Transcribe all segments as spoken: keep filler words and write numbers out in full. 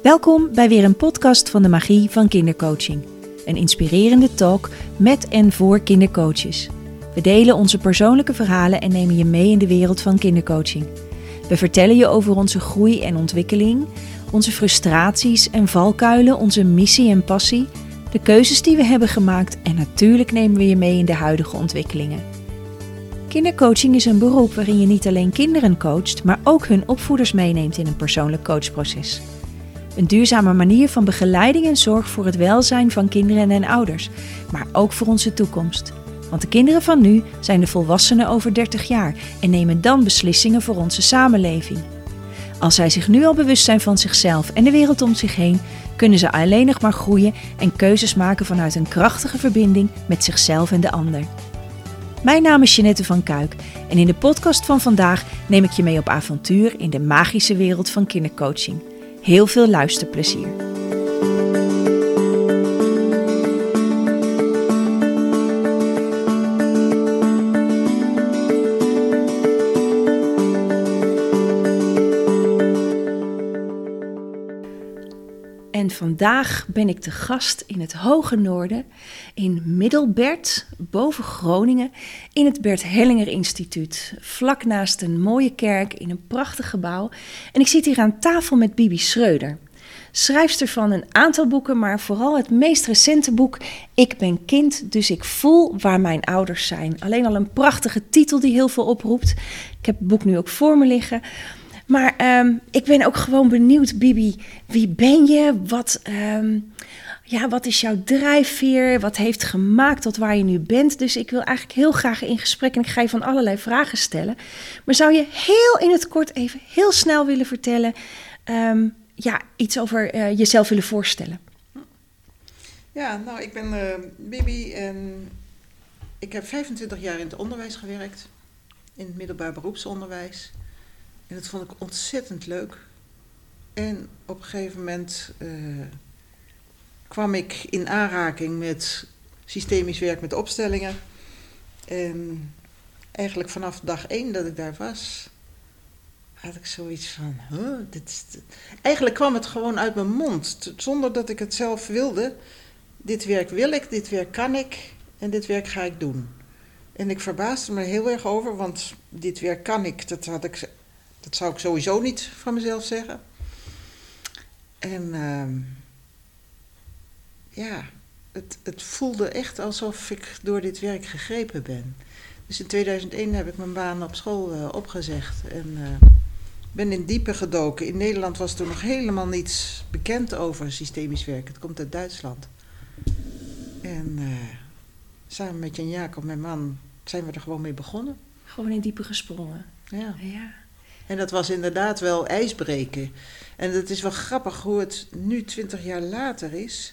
Welkom bij weer een podcast van de magie van kindercoaching. Een inspirerende talk met en voor kindercoaches. We delen onze persoonlijke verhalen en nemen je mee in de wereld van kindercoaching. We vertellen je over onze groei en ontwikkeling, onze frustraties en valkuilen, onze missie en passie, de keuzes die we hebben gemaakt en natuurlijk nemen we je mee in de huidige ontwikkelingen. Kindercoaching is een beroep waarin je niet alleen kinderen coacht, maar ook hun opvoeders meeneemt in een persoonlijk coachproces. Een duurzame manier van begeleiding en zorg voor het welzijn van kinderen en ouders, maar ook voor onze toekomst. Want de kinderen van nu zijn de volwassenen over dertig jaar en nemen dan beslissingen voor onze samenleving. Als zij zich nu al bewust zijn van zichzelf en de wereld om zich heen, kunnen ze alleen nog maar groeien en keuzes maken vanuit een krachtige verbinding met zichzelf en de ander. Mijn naam is Jeanette van Kuik en in de podcast van vandaag neem ik je mee op avontuur in de magische wereld van kindercoaching. Heel veel luisterplezier. En vandaag ben ik te gast in het hoge noorden, in Middelbert, boven Groningen, in het Bert Hellinger Instituut. Vlak naast een mooie kerk in een prachtig gebouw. En ik zit hier aan tafel met Bibi Schreuder. Schrijfster van een aantal boeken, maar vooral het meest recente boek Ik ben kind, dus ik voel waar mijn ouders zijn. Alleen al een prachtige titel die heel veel oproept. Ik heb het boek nu ook voor me liggen. Maar um, ik ben ook gewoon benieuwd, Bibi, wie ben je? Wat, um, ja, wat is jouw drijfveer? Wat heeft gemaakt tot waar je nu bent? Dus ik wil eigenlijk heel graag in gesprek en ik ga je van allerlei vragen stellen. Maar zou je heel in het kort even heel snel willen vertellen, um, ja, iets over uh, jezelf willen voorstellen? Ja, nou, ik ben uh, Bibi en ik heb vijfentwintig jaar in het onderwijs gewerkt, in het middelbaar beroepsonderwijs. En dat vond ik ontzettend leuk. En op een gegeven moment uh, kwam ik in aanraking met systemisch werk met opstellingen. En eigenlijk vanaf dag één dat ik daar was, had ik zoiets van, huh, dit is dit. Eigenlijk kwam het gewoon uit mijn mond, zonder dat ik het zelf wilde. Dit werk wil ik, dit werk kan ik en dit werk ga ik doen. En ik verbaasde me er heel erg over, want dit werk kan ik, dat had ik... Dat zou ik sowieso niet van mezelf zeggen. En uh, ja, het, het voelde echt alsof ik door dit werk gegrepen ben. Dus in tweeduizend één heb ik mijn baan op school uh, opgezegd en uh, ben in diepe gedoken. In Nederland was toen nog helemaal niets bekend over systemisch werk. Het komt uit Duitsland. En uh, samen met Jan Jacob, mijn man, zijn we er gewoon mee begonnen. Gewoon in diepe gesprongen. Ja. Ja. En dat was inderdaad wel ijsbreken. En het is wel grappig hoe het nu twintig jaar later is.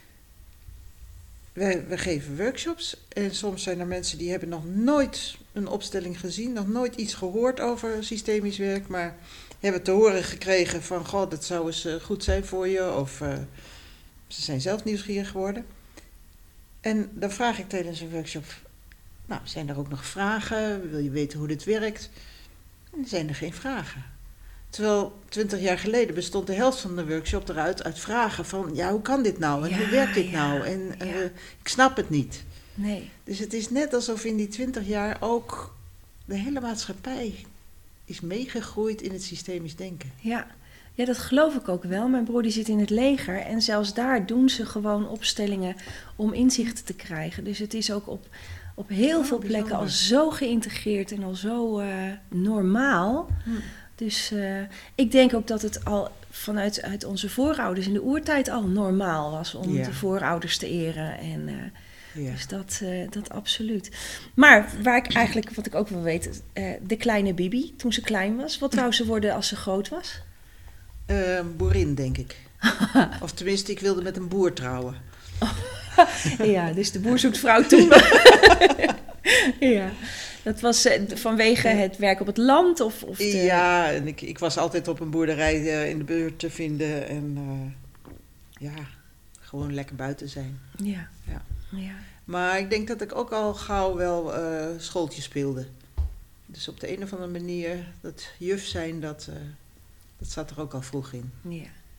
Wij, wij geven workshops en soms zijn er mensen die hebben nog nooit een opstelling gezien, nog nooit iets gehoord over systemisch werk, maar hebben te horen gekregen van, goh, dat zou eens goed zijn voor je, of uh, ze zijn zelf nieuwsgierig geworden. En dan vraag ik tijdens een workshop, nou, zijn er ook nog vragen? Wil je weten hoe dit werkt? En er zijn er geen vragen. Terwijl twintig jaar geleden bestond de helft van de workshop eruit uit vragen van, ja, hoe kan dit nou? En ja, hoe werkt dit ja, nou? En uh, ja. ik snap het niet. Nee. Dus het is net alsof in die twintig jaar ook de hele maatschappij is meegegroeid in het systemisch denken. Ja. Ja, dat geloof ik ook wel. Mijn broer die zit in het leger en zelfs daar doen ze gewoon opstellingen om inzichten te krijgen. Dus het is ook op... op heel oh, veel plekken bijzonder. Al zo geïntegreerd en al zo uh, normaal. Hm. Dus uh, ik denk ook dat het al vanuit uit onze voorouders in de oertijd al normaal was om ja. de voorouders te eren. En, uh, ja. Dus dat, uh, dat absoluut. Maar waar ik eigenlijk, wat ik ook wil weten, uh, de kleine Bibi, toen ze klein was, wat wou ze worden als ze groot was? Uh, boerin, denk ik. Of tenminste, ik wilde met een boer trouwen. Ja, dus de boer zoekt vrouw toen. Ja, dat was uh, vanwege het werk op het land? Of, of de... Ja, en ik, ik was altijd op een boerderij uh, in de buurt te vinden. En uh, ja, gewoon lekker buiten zijn. Ja. Ja. Ja. Maar ik denk dat ik ook al gauw wel uh, schooltje speelde. Dus op de een of andere manier, dat juf zijn, dat, uh, dat zat er ook al vroeg in. Ja.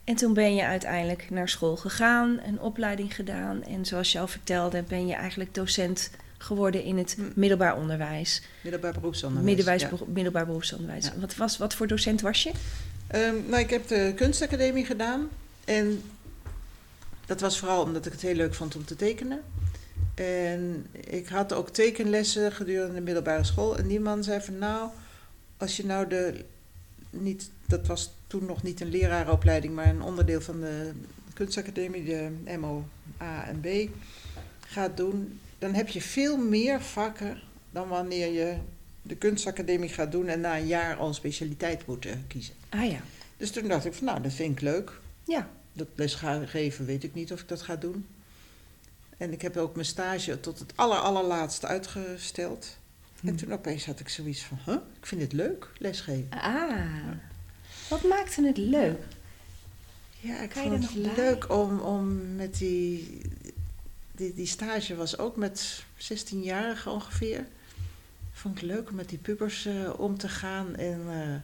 En toen ben je uiteindelijk naar school gegaan, een opleiding gedaan. En zoals je al vertelde, ben je eigenlijk docent geworden in het middelbaar onderwijs. Middelbaar beroepsonderwijs. Middelbaar, ja. middelbaar beroepsonderwijs. Ja. Wat, was, wat voor docent was je? Um, nou, ik heb de kunstacademie gedaan. En dat was vooral omdat ik het heel leuk vond om te tekenen. En ik had ook tekenlessen gedurende de middelbare school. En die man zei van nou, als je nou de... niet, dat was toen nog niet een lerarenopleiding, maar een onderdeel van de kunstacademie, de M O A en B, gaat doen, dan heb je veel meer vakken dan wanneer je de kunstacademie gaat doen en na een jaar al een specialiteit moet uh, kiezen. Ah ja. Dus toen dacht ik van nou, dat vind ik leuk. Ja. Dat lesgeven weet ik niet of ik dat ga doen. En ik heb ook mijn stage tot het aller, allerlaatste uitgesteld. Hm. En toen opeens had ik zoiets van, huh, ik vind het leuk, lesgeven. Ah, ja. Wat maakte het leuk? Ja, ik kan vond het leuk om, om met die, die... Die stage was ook met zestienjarigen ongeveer. Vond ik leuk om met die pubers uh, om te gaan. En uh, uh,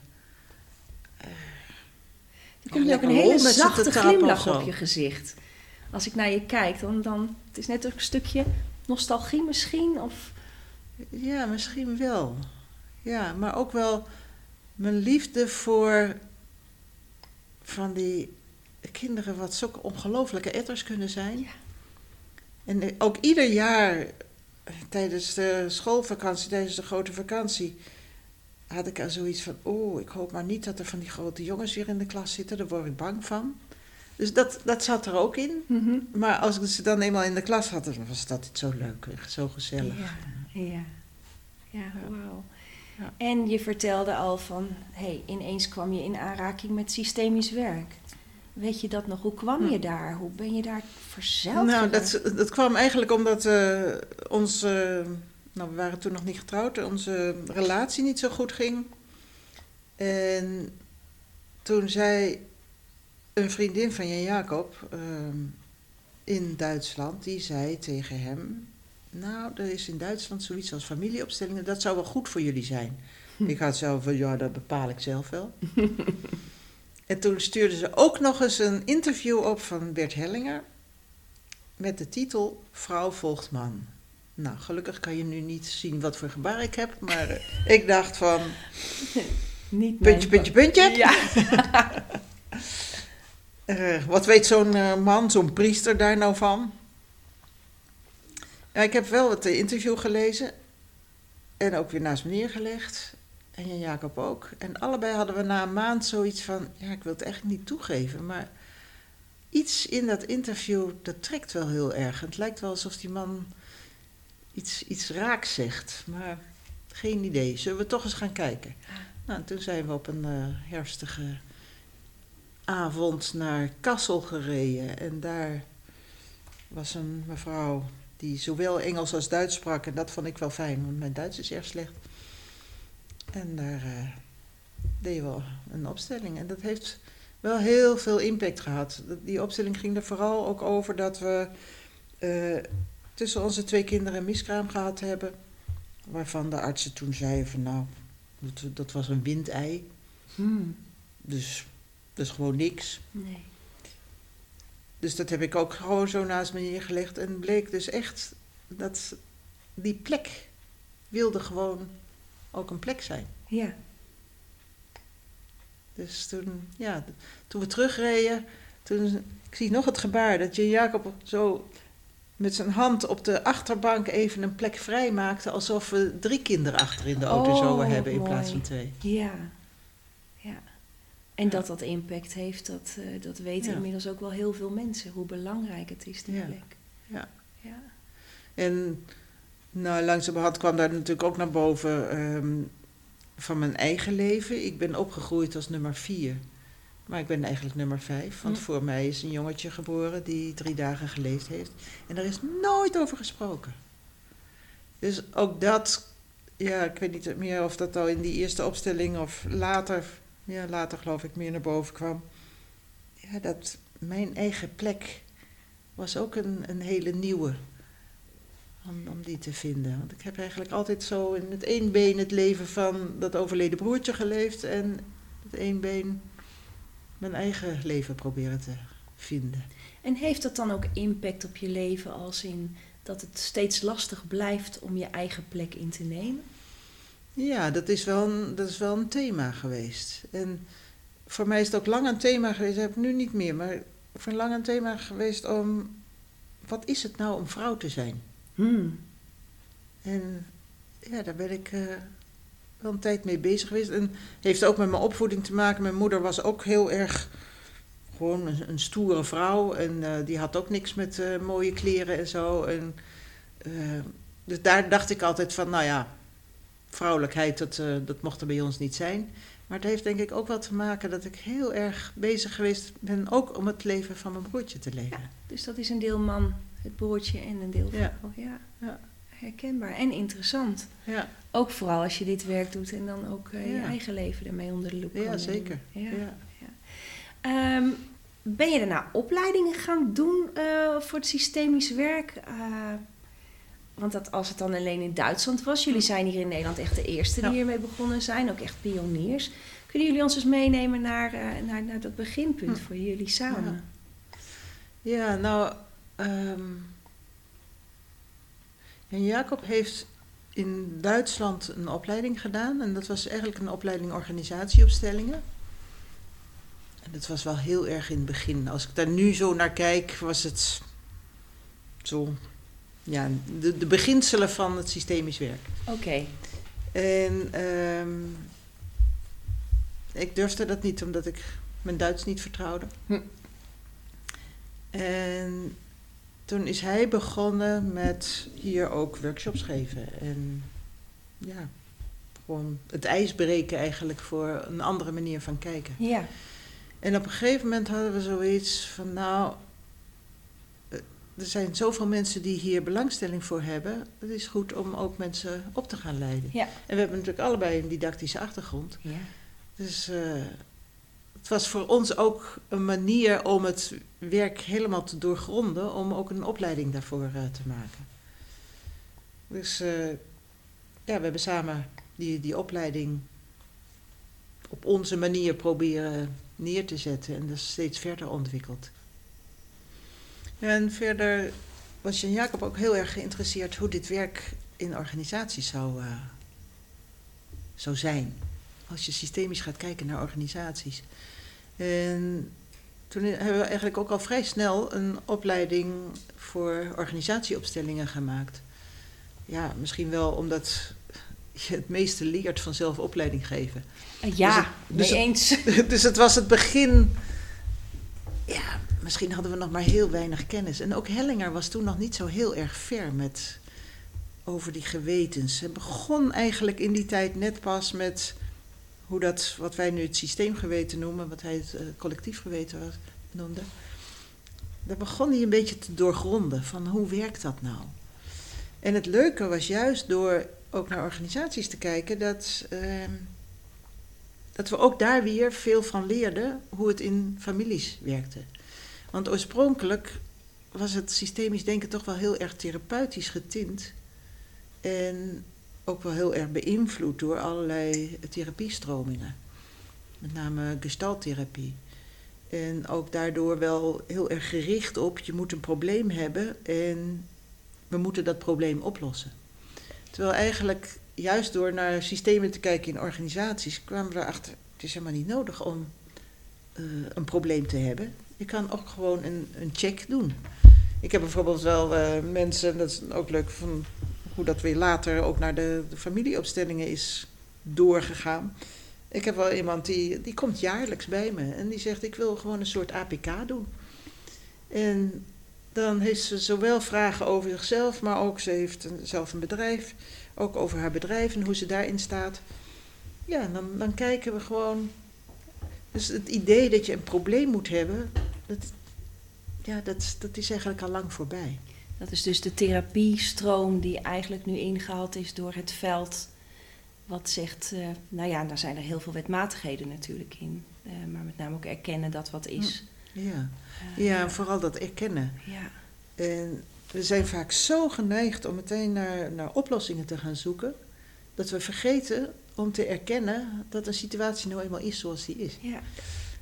er komt ja, ook een hele zachte glimlach op je gezicht. Als ik naar je kijk, dan, dan het is net een stukje nostalgie misschien? Of... Ja, misschien wel. Ja, maar ook wel mijn liefde voor van die kinderen wat zulke ongelofelijke etters kunnen zijn. Ja. En ook ieder jaar tijdens de schoolvakantie, tijdens de grote vakantie, had ik er zoiets van, oh, ik hoop maar niet dat er van die grote jongens weer in de klas zitten, daar word ik bang van. Dus dat, dat zat er ook in. Mm-hmm. Maar als ik ze dan eenmaal in de klas had, dan was dat zo leuk, zo gezellig. Ja, ja. Ja, wauw. Ja. En je vertelde al van, hé, hey, ineens kwam je in aanraking met systemisch werk. Weet je dat nog? Hoe kwam je daar? Hoe ben je daar verzeild? Nou, dat, dat kwam eigenlijk omdat uh, onze, nou, we waren toen nog niet getrouwd, onze relatie niet zo goed ging. En toen zei een vriendin van Jan Jacob uh, in Duitsland, die zei tegen hem, nou, er is in Duitsland zoiets als familieopstellingen, dat zou wel goed voor jullie zijn. Hm. Ik had zo van, ja, dat bepaal ik zelf wel. En toen stuurden ze ook nog eens een interview op van Bert Hellinger met de titel Vrouw volgt man. Nou, gelukkig kan je nu niet zien wat voor gebaar ik heb, maar uh, ik dacht van, niet puntje, puntje, puntje. Ja. uh, wat weet zo'n uh, man, zo'n priester daar nou van? Ja, ik heb wel het interview gelezen en ook weer naast me neergelegd. En Jan Jacob ook. En allebei hadden we na een maand zoiets van, ja, ik wil het echt niet toegeven, maar iets in dat interview, dat trekt wel heel erg. Het lijkt wel alsof die man iets, iets raaks zegt, maar geen idee. Zullen we toch eens gaan kijken? Nou, toen zijn we op een uh, herfstige avond naar Kassel gereden. En daar was een mevrouw die zowel Engels als Duits sprak. En dat vond ik wel fijn, want mijn Duits is erg slecht. En daar uh, deden we een opstelling. En dat heeft wel heel veel impact gehad. Die opstelling ging er vooral ook over dat we uh, tussen onze twee kinderen een miskraam gehad hebben. Waarvan de artsen toen zeiden van nou, dat, dat was een windei. Hmm. Dus dat is gewoon niks. Nee. Dus dat heb ik ook gewoon zo naast me neergelegd. En bleek dus echt dat die plek wilde gewoon ook een plek zijn. Ja. Dus toen, ja, toen we terugreden, toen, ik zie nog het gebaar dat Jan Jacob zo met zijn hand op de achterbank even een plek vrij maakte, alsof we drie kinderen achter in de auto oh, zouden hebben in mooi. plaats van twee. Ja, ja. En dat dat impact heeft, dat, uh, dat weten ja. inmiddels ook wel heel veel mensen, hoe belangrijk het is, die ja. plek. Ja. Ja. En nou, langzamerhand kwam daar natuurlijk ook naar boven um, van mijn eigen leven. Ik ben opgegroeid als nummer vier. Maar ik ben eigenlijk nummer vijf. Want hm. voor mij is een jongetje geboren die drie dagen geleefd heeft. En daar is nooit over gesproken. Dus ook dat, ja, ik weet niet meer of dat al in die eerste opstelling of later, ja, later geloof ik meer naar boven kwam. Ja, dat mijn eigen plek was ook een, een hele nieuwe. Om, om die te vinden. Want ik heb eigenlijk altijd zo in het één been het leven van dat overleden broertje geleefd. En het één been mijn eigen leven proberen te vinden. En heeft dat dan ook impact op je leven als in dat het steeds lastig blijft om je eigen plek in te nemen? Ja, dat is wel een, dat is wel een thema geweest. En voor mij is het ook lang een thema geweest, dat heb ik nu niet meer, maar voor lang een thema geweest om, wat is het nou om vrouw te zijn? Hmm. En ja, daar ben ik uh, wel een tijd mee bezig geweest. En heeft ook met mijn opvoeding te maken. Mijn moeder was ook heel erg gewoon een, een stoere vrouw. En uh, die had ook niks met uh, mooie kleren en zo. En, uh, dus daar dacht ik altijd van, nou ja, vrouwelijkheid, dat, uh, dat mocht er bij ons niet zijn. Maar het heeft denk ik ook wel te maken dat ik heel erg bezig geweest ben, ook om het leven van mijn broertje te leven. Ja, dus dat is een deel man, het broertje en een deel vrouw. Ja. Ja. Ja. Herkenbaar en interessant. Ja. Ook vooral als je dit werk doet en dan ook uh, Ja. je eigen leven ermee onder de loep kan Ja, nemen. zeker. Ja. Ja. Ja. Um, ben je daarna opleidingen gaan doen uh, voor het systemisch werk? Uh, want dat, als het dan alleen in Duitsland was, jullie zijn hier in Nederland echt de eerste die Ja. hiermee begonnen zijn, ook echt pioniers. Kunnen jullie ons eens meenemen naar, uh, naar, naar dat beginpunt hm. voor jullie samen? Ja, ja nou... Um... En Jacob heeft in Duitsland een opleiding gedaan. En dat was eigenlijk een opleiding organisatieopstellingen. En dat was wel heel erg in het begin. Als ik daar nu zo naar kijk, was het zo... Ja, de, de beginselen van het systemisch werk. Oké. Okay. En um, ik durfde dat niet, omdat ik mijn Duits niet vertrouwde. Hm. En... Toen is hij begonnen met hier ook workshops geven. En ja, gewoon het ijs breken eigenlijk voor een andere manier van kijken. Ja. En op een gegeven moment hadden we zoiets van, nou, er zijn zoveel mensen die hier belangstelling voor hebben. Het is goed om ook mensen op te gaan leiden. Ja. En we hebben natuurlijk allebei een didactische achtergrond. Ja. Dus uh, het was voor ons ook een manier om het werk helemaal te doorgronden, om ook een opleiding daarvoor uh, te maken. Dus uh, ja, we hebben samen die, die opleiding op onze manier proberen neer te zetten en dat is steeds verder ontwikkeld. En verder was Jan Jacob ook heel erg geïnteresseerd hoe dit werk in organisaties zou, uh, zou zijn. Als je systemisch gaat kijken naar organisaties. En toen hebben we eigenlijk ook al vrij snel een opleiding voor organisatieopstellingen gemaakt. Ja, misschien wel omdat je het meeste leert van zelf opleiding geven. Ja, dus het, dus mee het, eens. Dus het was het begin... Ja, misschien hadden we nog maar heel weinig kennis. En ook Hellinger was toen nog niet zo heel erg ver met over die gewetens. Hij begon eigenlijk in die tijd net pas met hoe dat, wat wij nu het systeemgeweten noemen, wat hij het uh, collectief geweten was, noemde. Daar begon hij een beetje te doorgronden van hoe werkt dat nou? En het leuke was juist door ook naar organisaties te kijken, dat, uh, dat we ook daar weer veel van leerden hoe het in families werkte. Want oorspronkelijk was het systemisch denken toch wel heel erg therapeutisch getint. En ook wel heel erg beïnvloed door allerlei therapiestromingen. Met name gestalttherapie. En ook daardoor wel heel erg gericht op, je moet een probleem hebben en we moeten dat probleem oplossen. Terwijl eigenlijk, juist door naar systemen te kijken in organisaties, kwamen we erachter, het is helemaal niet nodig om uh, een probleem te hebben. Je kan ook gewoon een, een check doen. Ik heb bijvoorbeeld wel uh, mensen, dat is ook leuk van hoe dat weer later ook naar de, de familieopstellingen is doorgegaan. Ik heb wel iemand die, die komt jaarlijks bij me en die zegt, ik wil gewoon een soort A P K doen. En dan heeft ze zowel vragen over zichzelf, maar ook ze heeft een, zelf een bedrijf, ook over haar bedrijf en hoe ze daarin staat. Ja, dan, dan kijken we gewoon. Dus het idee dat je een probleem moet hebben, dat, ja, dat, dat is eigenlijk al lang voorbij. Dat is dus de therapiestroom die eigenlijk nu ingehaald is door het veld. Wat zegt, uh, nou ja, daar zijn er heel veel wetmatigheden natuurlijk in. Uh, maar met name ook erkennen dat wat is. Ja, uh, ja vooral dat erkennen. Ja. En we zijn vaak zo geneigd om meteen naar, naar oplossingen te gaan zoeken, dat we vergeten om te erkennen dat een situatie nou eenmaal is zoals die is. Ja.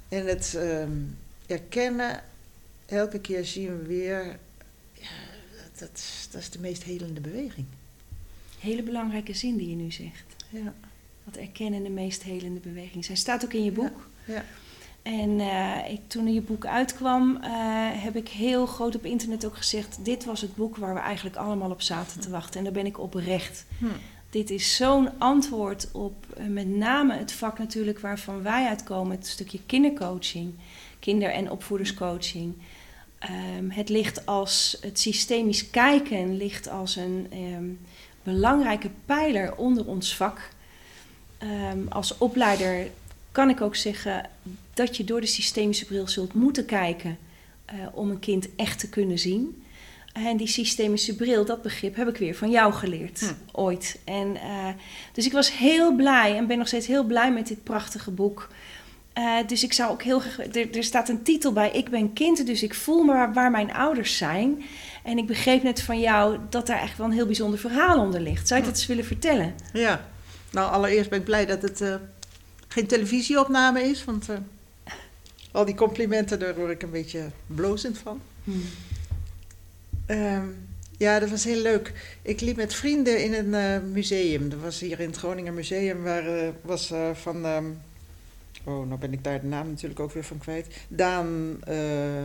En het um, erkennen, elke keer zien we weer, ja, dat, is, dat is de meest helende beweging. Hele belangrijke zin die je nu zegt. Ja. Dat erkennen de meest helende beweging. Zij staat ook in je boek. Ja. Ja. En uh, ik, toen je boek uitkwam, uh, heb ik heel groot op internet ook gezegd, dit was het boek waar we eigenlijk allemaal op zaten te wachten. En daar ben ik oprecht. Hm. Dit is zo'n antwoord op uh, met name het vak natuurlijk waarvan wij uitkomen, het stukje kindercoaching, kinder- en opvoederscoaching. Um, het ligt als, het systemisch kijken ligt als een um, belangrijke pijler onder ons vak. Um, als opleider kan ik ook zeggen dat je door de systemische bril zult moeten kijken uh, om een kind echt te kunnen zien. En die systemische bril, dat begrip heb ik weer van jou geleerd, hm. ooit. En, uh, dus ik was heel blij en ben nog steeds heel blij met dit prachtige boek. Uh, dus ik zou ook heel graag... Er, er staat een titel bij, ik ben kind, dus ik voel me waar, waar mijn ouders zijn. En ik begreep net van jou dat daar echt wel een heel bijzonder verhaal onder ligt. Zou je dat eens willen vertellen? Ja, nou allereerst ben ik blij dat het uh, geen televisieopname is, want uh, al die complimenten, daar word ik een beetje blozend van. Hmm. Um, ja, dat was heel leuk. Ik liep met vrienden in een uh, museum. Dat was hier in het Groninger Museum, waar uh, was uh, van... Um, oh, nou ben ik daar de naam natuurlijk ook weer van kwijt. Daan... Uh,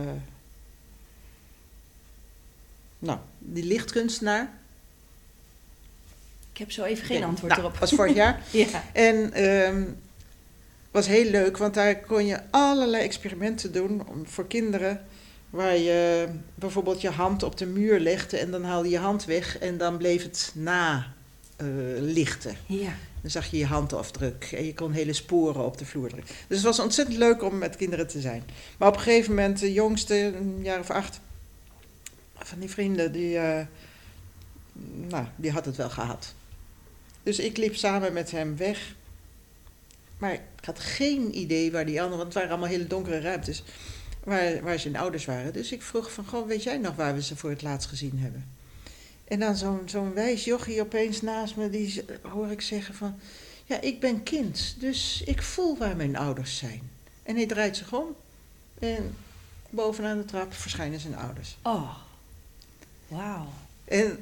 nou, die lichtkunstenaar. Ik heb zo even geen nee, antwoord nou, erop. was vorig jaar. Ja. En um, was heel leuk, want daar kon je allerlei experimenten doen voor kinderen. Waar je bijvoorbeeld je hand op de muur legde en dan haalde je hand weg en dan bleef het na uh, lichten. Ja. Dan zag je je handafdruk en je kon hele sporen op de vloer drukken. Dus het was ontzettend leuk om met kinderen te zijn. Maar op een gegeven moment, de jongste, een jaar of acht, van die vrienden, die, uh, nou, die had het wel gehad. Dus ik liep samen met hem weg. Maar ik had geen idee waar die anderen, want het waren allemaal hele donkere ruimtes, waar, waar zijn ouders waren. Dus ik vroeg van, goh, weet jij nog waar we ze voor het laatst gezien hebben? En dan zo'n, zo'n wijs jochie opeens naast me, die hoor ik zeggen van, ja, ik ben kind, dus ik voel waar mijn ouders zijn. En hij draait zich om en bovenaan de trap verschijnen zijn ouders. Oh, wauw. En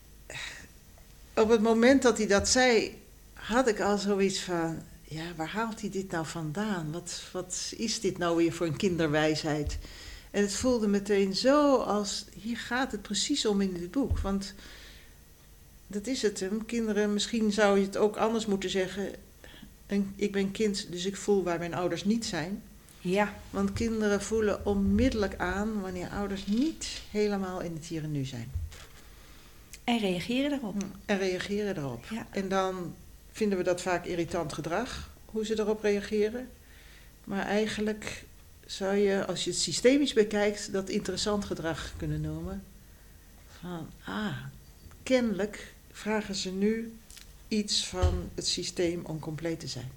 op het moment dat hij dat zei, had ik al zoiets van, ja, waar haalt hij dit nou vandaan? Wat, wat is dit nou weer voor een kinderwijsheid? En het voelde meteen zo als, hier gaat het precies om in dit boek. Want dat is het hem. Kinderen, misschien zou je het ook anders moeten zeggen. En ik ben kind, dus ik voel waar mijn ouders niet zijn. Ja. Want kinderen voelen onmiddellijk aan wanneer ouders niet helemaal in het hier en nu zijn. En reageren daarop. En reageren daarop. Ja. En dan vinden we dat vaak irritant gedrag, hoe ze daarop reageren. Maar eigenlijk zou je, als je het systemisch bekijkt, dat interessant gedrag kunnen noemen. Van, ah, kennelijk vragen ze nu iets van het systeem om compleet te zijn.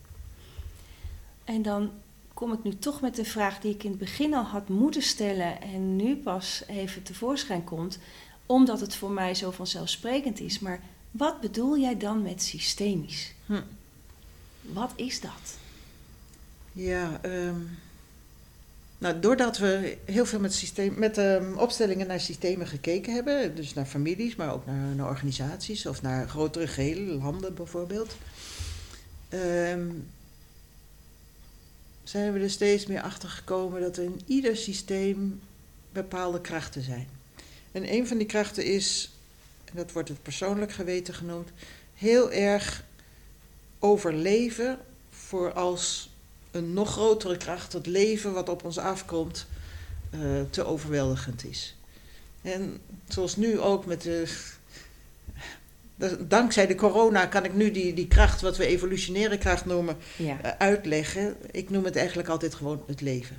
En dan kom ik nu toch met de vraag die ik in het begin al had moeten stellen en nu pas even tevoorschijn komt, omdat het voor mij zo vanzelfsprekend is. Maar wat bedoel jij dan met systemisch? Hm. Wat is dat? Ja, um, nou, doordat we heel veel met, systeem, met um, opstellingen naar systemen gekeken hebben, dus naar families, maar ook naar, naar organisaties of naar grotere gehele landen bijvoorbeeld, um, zijn we er steeds meer achter gekomen dat er in ieder systeem bepaalde krachten zijn. En een van die krachten is, en dat wordt het persoonlijk geweten genoemd, heel erg overleven voor als een nog grotere kracht, het leven wat op ons afkomt, uh, te overweldigend is. En zoals nu ook met de, de... Dankzij de corona kan ik nu die, die kracht, wat we evolutionaire kracht noemen, ja. uh, uitleggen. Ik noem het eigenlijk altijd gewoon het leven.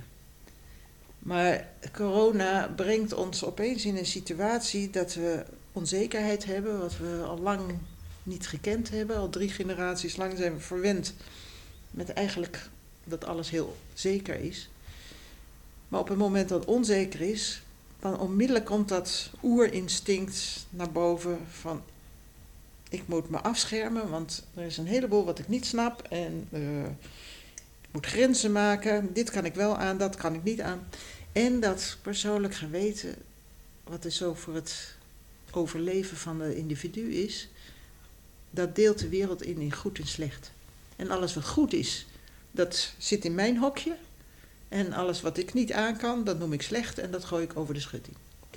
Maar corona brengt ons opeens in een situatie dat we onzekerheid hebben, wat we al lang niet gekend hebben. Al drie generaties lang zijn we verwend met eigenlijk dat alles heel zeker is. Maar op het moment dat het onzeker is, dan onmiddellijk komt dat oerinstinct naar boven van, ik moet me afschermen, want er is een heleboel wat ik niet snap en uh, moet grenzen maken. Dit kan ik wel aan, dat kan ik niet aan. En dat persoonlijk geweten, wat er zo voor het overleven van de individu is, dat deelt de wereld in in goed en slecht. En alles wat goed is, dat zit in mijn hokje. En alles wat ik niet aan kan, dat noem ik slecht en dat gooi ik over de schutting.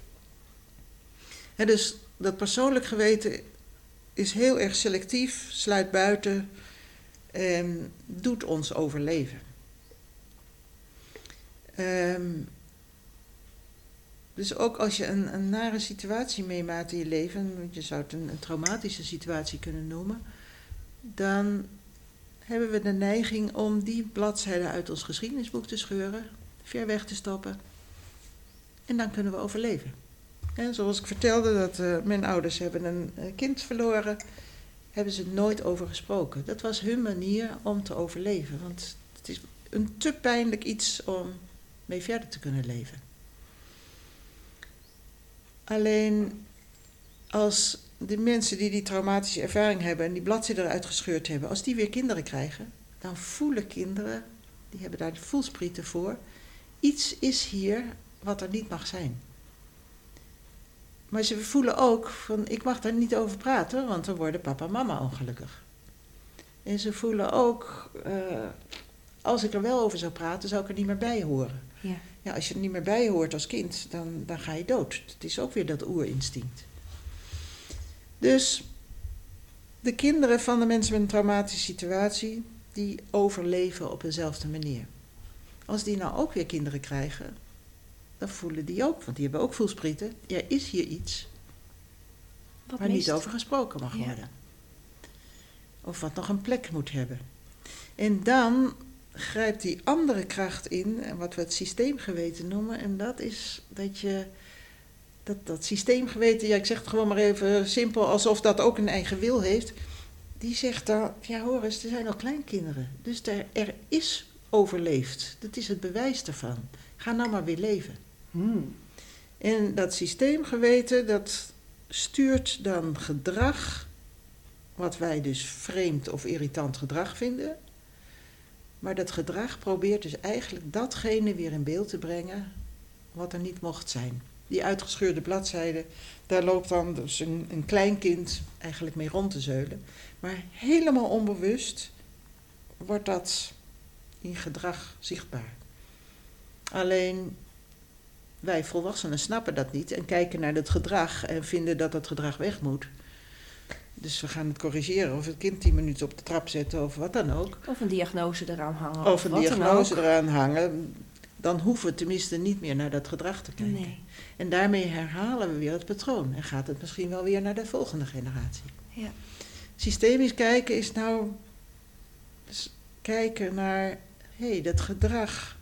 En dus dat persoonlijk geweten is heel erg selectief, sluit buiten en doet ons overleven. Um, dus ook als je een, een nare situatie meemaakt in je leven, je zou het een, een traumatische situatie kunnen noemen, dan hebben we de neiging om die bladzijden uit ons geschiedenisboek te scheuren, ver weg te stoppen. En dan kunnen we overleven. En zoals ik vertelde, dat uh, mijn ouders hebben een uh, kind verloren, hebben ze nooit over gesproken. Dat was hun manier om te overleven. Want het is een te pijnlijk iets om mee verder te kunnen leven. Alleen als de mensen die die traumatische ervaring hebben en die bladzijden eruit gescheurd hebben, als die weer kinderen krijgen, dan voelen kinderen, die hebben daar de voelsprieten voor, iets is hier wat er niet mag zijn. Maar ze voelen ook van, ik mag daar niet over praten, want dan worden papa en mama ongelukkig. En ze voelen ook, uh, als ik er wel over zou praten, zou ik er niet meer bij horen. Ja. Ja, als je er niet meer bij hoort als kind, dan, dan ga je dood. Het is ook weer dat oerinstinct. Dus de kinderen van de mensen met een traumatische situatie, die overleven op eenzelfde manier. Als die nou ook weer kinderen krijgen, dan voelen die ook, want die hebben ook voelsprieten. Er is hier iets wat waar mist. Niet over gesproken mag worden. Ja. Of wat nog een plek moet hebben. En dan grijpt die andere kracht in, wat we het systeemgeweten noemen. En dat is dat je, dat, dat systeemgeweten, ja ik zeg het gewoon maar even simpel, alsof dat ook een eigen wil heeft. Die zegt dan, ja hoor eens, er zijn al kleinkinderen. Dus er, er is overleefd. Dat is het bewijs daarvan. Ga nou maar weer leven. Hmm. En dat systeemgeweten, dat stuurt dan gedrag, wat wij dus vreemd of irritant gedrag vinden. Maar dat gedrag probeert dus eigenlijk datgene weer in beeld te brengen wat er niet mocht zijn. Die uitgescheurde bladzijde, daar loopt dan dus een, een klein kind eigenlijk mee rond te zeulen. Maar helemaal onbewust wordt dat in gedrag zichtbaar. Alleen wij volwassenen snappen dat niet en kijken naar dat gedrag en vinden dat dat gedrag weg moet. Dus we gaan het corrigeren of het kind tien minuten op de trap zetten of wat dan ook. Of een diagnose eraan hangen. Of, of een diagnose eraan hangen. Dan hoeven we tenminste niet meer naar dat gedrag te kijken. Nee. En daarmee herhalen we weer het patroon. En gaat het misschien wel weer naar de volgende generatie. Ja. Systemisch kijken is nou dus kijken naar, hé, hey, dat gedrag,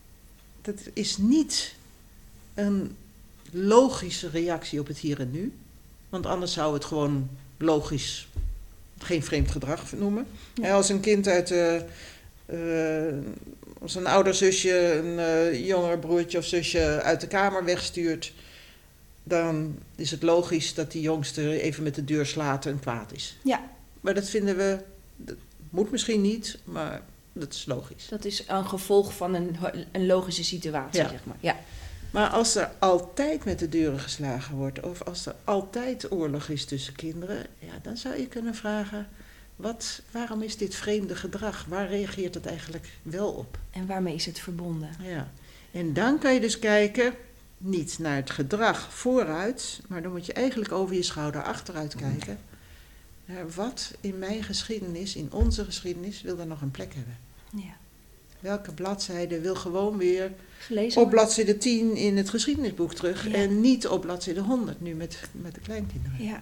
dat is niet een logische reactie op het hier en nu. Want anders zou het gewoon logisch geen vreemd gedrag noemen. Ja. En als een kind uit uh, uh, als een ouder zusje een uh, jonger broertje of zusje uit de kamer wegstuurt, dan is het logisch dat die jongste even met de deur slaat en kwaad is. Ja. Maar dat vinden we, dat moet misschien niet, maar dat is logisch. Dat is een gevolg van een, een logische situatie, ja. zeg maar. Ja. Maar als er altijd met de deuren geslagen wordt, of als er altijd oorlog is tussen kinderen, ja, dan zou je kunnen vragen, wat, waarom is dit vreemde gedrag? Waar reageert het eigenlijk wel op? En waarmee is het verbonden? Ja. En dan kan je dus kijken, niet naar het gedrag vooruit, maar dan moet je eigenlijk over je schouder achteruit kijken. Naar wat in mijn geschiedenis, in onze geschiedenis, wil er nog een plek hebben? Ja. Welke bladzijde wil gewoon weer gelezen op bladzijde tien in het geschiedenisboek terug. Ja. En niet op bladzijde honderd, nu met, met de kleinkinderen. Ja,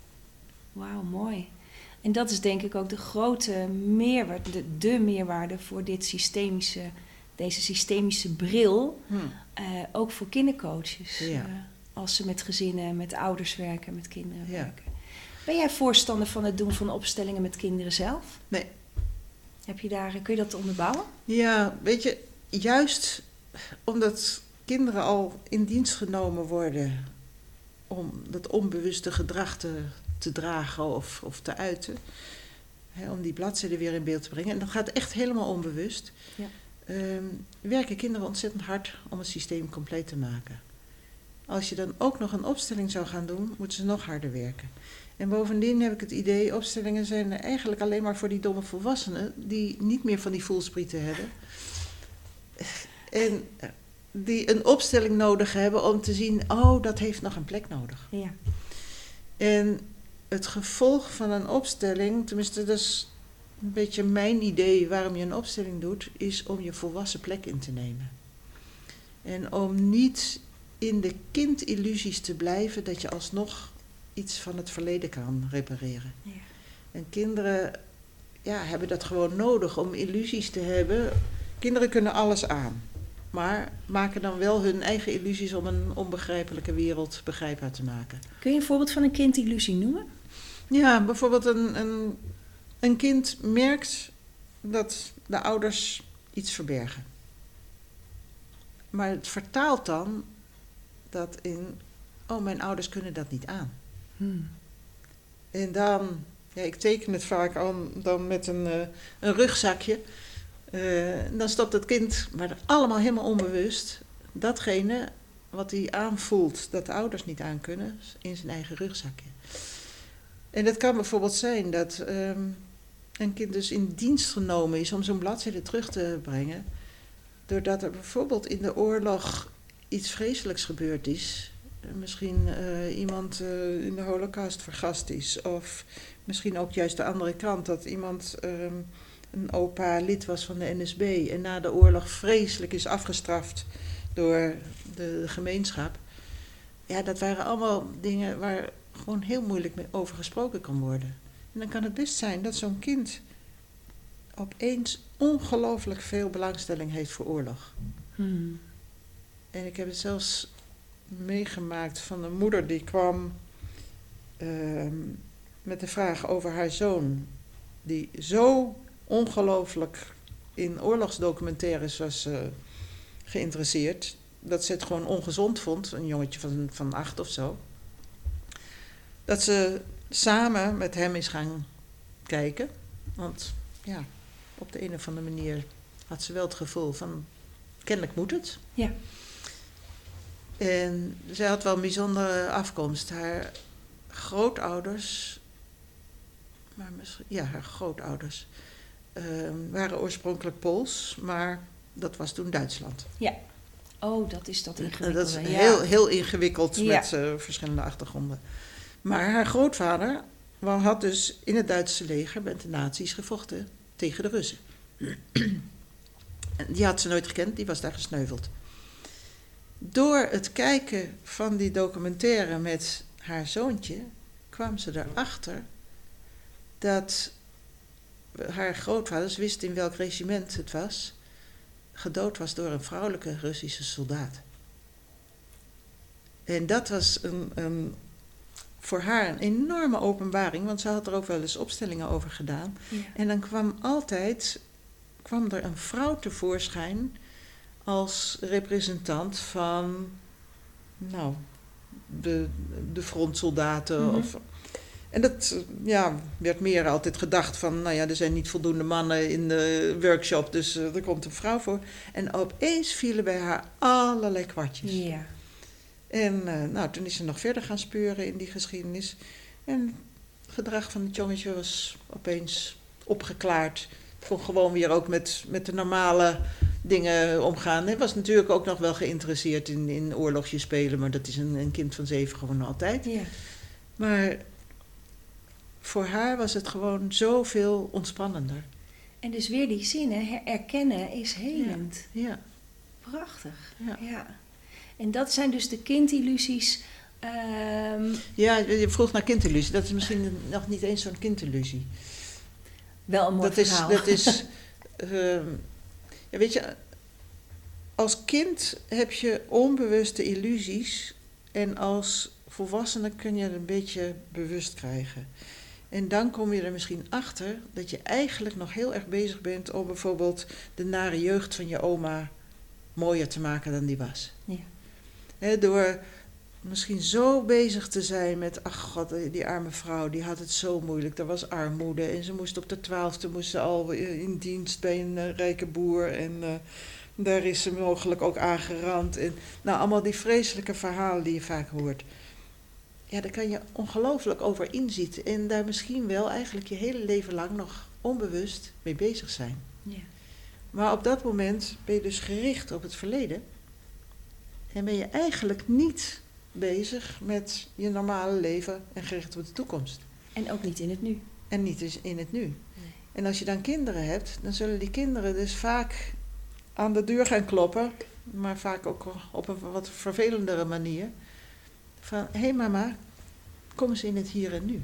wauw, mooi. En dat is denk ik ook de grote meerwaarde, de, de meerwaarde voor dit systemische, deze systemische bril. Hmm. Uh, ook voor kindercoaches. Ja. Uh, als ze met gezinnen, met ouders werken, met kinderen ja. werken. Ben jij voorstander van het doen van opstellingen met kinderen zelf? Nee. Heb je daar, kun je dat onderbouwen? Ja, weet je, juist omdat kinderen al in dienst genomen worden om dat onbewuste gedrag te, te dragen of, of te uiten, Hè, om die bladzijde weer in beeld te brengen. En dat gaat echt helemaal onbewust. Ja. Um, werken kinderen ontzettend hard om het systeem compleet te maken. Als je dan ook nog een opstelling zou gaan doen, moeten ze nog harder werken. En bovendien heb ik het idee, opstellingen zijn eigenlijk alleen maar voor die domme volwassenen die niet meer van die voelsprieten hebben. En die een opstelling nodig hebben om te zien, oh, dat heeft nog een plek nodig. Ja. En het gevolg van een opstelling, tenminste dat is een beetje mijn idee waarom je een opstelling doet, is om je volwassen plek in te nemen. En om niet in de kindillusies te blijven dat je alsnog iets van het verleden kan repareren. Ja. En kinderen ja, hebben dat gewoon nodig om illusies te hebben. Kinderen kunnen alles aan, maar maken dan wel hun eigen illusies om een onbegrijpelijke wereld begrijpbaar te maken. Kun je een voorbeeld van een kindillusie noemen? Ja, bijvoorbeeld een, een, een kind merkt dat de ouders iets verbergen. Maar het vertaalt dan dat in, oh, mijn ouders kunnen dat niet aan. Hmm. En dan, ja, ik teken het vaak aan dan met een, uh, een rugzakje. Uh, dan stopt het kind, maar allemaal helemaal onbewust, datgene wat hij aanvoelt dat de ouders niet aankunnen, in zijn eigen rugzakje. En dat kan bijvoorbeeld zijn dat um, een kind dus in dienst genomen is om zo'n bladzijde terug te brengen, doordat er bijvoorbeeld in de oorlog iets vreselijks gebeurd is. Misschien uh, iemand uh, in de Holocaust vergast is. Of misschien ook juist de andere kant. Dat iemand, um, een opa, lid was van de N S B. En na de oorlog vreselijk is afgestraft door de gemeenschap. Ja, dat waren allemaal dingen waar gewoon heel moeilijk mee over gesproken kan worden. En dan kan het best zijn dat zo'n kind opeens ongelooflijk veel belangstelling heeft voor oorlog. Hmm. En ik heb het zelfs meegemaakt van een moeder die kwam uh, met de vraag over haar zoon, die zo ongelooflijk in oorlogsdocumentaires was uh, geïnteresseerd, dat ze het gewoon ongezond vond, een jongetje van, van acht of zo, dat ze samen met hem is gaan kijken, want ja, op de een of andere manier had ze wel het gevoel van, kennelijk moet het. Ja. En zij had wel een bijzondere afkomst. Haar grootouders, maar misschien, ja, haar grootouders uh, waren oorspronkelijk Pools, maar dat was toen Duitsland. Ja. Oh, dat is dat ingewikkeld. Dat is ja. heel, heel ingewikkeld ja. met uh, verschillende achtergronden. Maar haar grootvader had dus in het Duitse leger met de nazi's gevochten tegen de Russen. Die had ze nooit gekend, die was daar gesneuveld. Door het kijken van die documentaire met haar zoontje kwam ze erachter dat haar grootvader, ze wist in welk regiment het was, gedood was door een vrouwelijke Russische soldaat. En dat was een, een, voor haar een enorme openbaring, want ze had er ook wel eens opstellingen over gedaan. Ja. En dan kwam altijd, kwam er een vrouw tevoorschijn als representant van, nou, de, de frontsoldaten. Mm-hmm. Of, en dat ja, werd meer altijd gedacht van, nou ja, er zijn niet voldoende mannen in de workshop, dus uh, er komt een vrouw voor. En opeens vielen bij haar allerlei kwartjes. Ja. En uh, nou, toen is ze nog verder gaan speuren in die geschiedenis. En het gedrag van het jongetje was opeens opgeklaard. Het kon gewoon weer ook met, met de normale dingen omgaan. Hij was natuurlijk ook nog wel geïnteresseerd in, in oorlogjes spelen, maar dat is een, een kind van zeven gewoon altijd. Ja. Maar voor haar was het gewoon zoveel ontspannender. En dus weer die zinnen, erkennen is helend. Ja. Ja. Prachtig. Ja. Ja. En dat zijn dus de kindillusies. Um... Ja, je vroeg naar kindillusie. Dat is misschien nog niet eens zo'n kindillusie. Wel een mooi dat verhaal. Is, dat is... uh, ja, weet je, als kind heb je onbewuste illusies en als volwassene kun je het een beetje bewust krijgen. En dan kom je er misschien achter dat je eigenlijk nog heel erg bezig bent om bijvoorbeeld de nare jeugd van je oma mooier te maken dan die was. Ja. He, door misschien zo bezig te zijn met, ach god, die arme vrouw, die had het zo moeilijk. Er was armoede en ze moest op de twaalfde moest ze al in dienst bij een uh, rijke boer. En uh, daar is ze mogelijk ook aangerand. En, nou, allemaal die vreselijke verhalen die je vaak hoort. Ja, daar kan je ongelooflijk over inzitten. En daar misschien wel eigenlijk je hele leven lang nog onbewust mee bezig zijn. Ja. Maar op dat moment ben je dus gericht op het verleden. En ben je eigenlijk niet bezig met je normale leven en gericht op de toekomst. En ook niet in het nu. En niet dus in het nu. Nee. En als je dan kinderen hebt, dan zullen die kinderen dus vaak aan de deur gaan kloppen. Maar vaak ook op een wat vervelendere manier. Van, hé hey mama, kom eens in het hier en nu.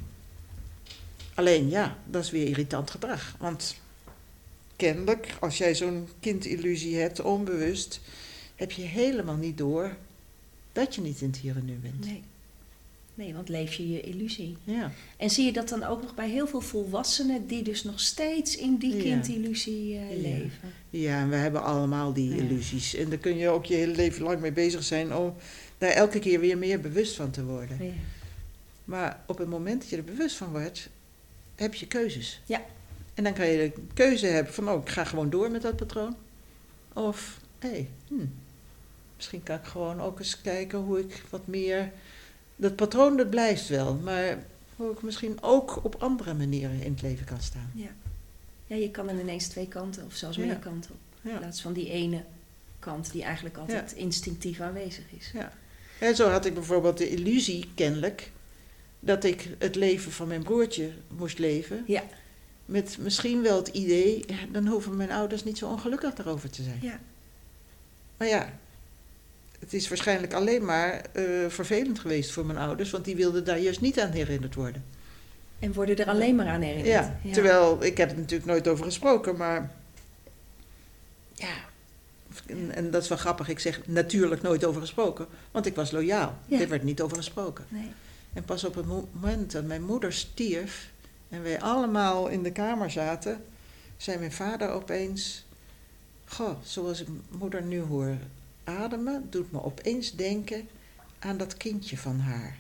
Alleen ja, dat is weer irritant gedrag. Want kennelijk, als jij zo'n kindillusie hebt, onbewust, heb je helemaal niet door dat je niet in het hier en nu bent. Nee. Nee, want leef je je illusie. Ja. En zie je dat dan ook nog bij heel veel volwassenen die dus nog steeds in die Ja. kindillusie uh, Ja. leven? Ja, en we hebben allemaal die Ja. illusies. En daar kun je ook je hele leven lang mee bezig zijn om daar elke keer weer meer bewust van te worden. Ja. Maar op het moment dat je er bewust van wordt, heb je keuzes. Ja. En dan kan je de keuze hebben van, oh, ik ga gewoon door met dat patroon. Of, hé, hey, hmm, misschien kan ik gewoon ook eens kijken hoe ik wat meer... Dat patroon, dat blijft wel, maar hoe ik misschien ook op andere manieren in het leven kan staan. Ja. Ja, je kan er ineens twee kanten of zelfs Ja. meer kanten op. Ja. In plaats van die ene kant die eigenlijk altijd instinctief aanwezig is. Ja. En zo had ik bijvoorbeeld de illusie, kennelijk, dat ik het leven van mijn broertje moest leven. Ja. Met misschien wel het idee, ja, dan hoeven mijn ouders niet zo ongelukkig daarover te zijn. Ja. Maar ja, het is waarschijnlijk alleen maar uh, vervelend geweest voor mijn ouders, want die wilden daar juist niet aan herinnerd worden. En worden er alleen maar aan herinnerd. Ja, ja. Terwijl, ik heb er natuurlijk nooit over gesproken, maar ja, en, en dat is wel grappig, ik zeg natuurlijk nooit over gesproken, want ik was loyaal. Ja. Er werd niet over gesproken. Nee. En pas op het moment dat mijn moeder stierf en wij allemaal in de kamer zaten, zei mijn vader opeens, goh, zoals ik moeder nu hoor ademen, doet me opeens denken aan dat kindje van haar.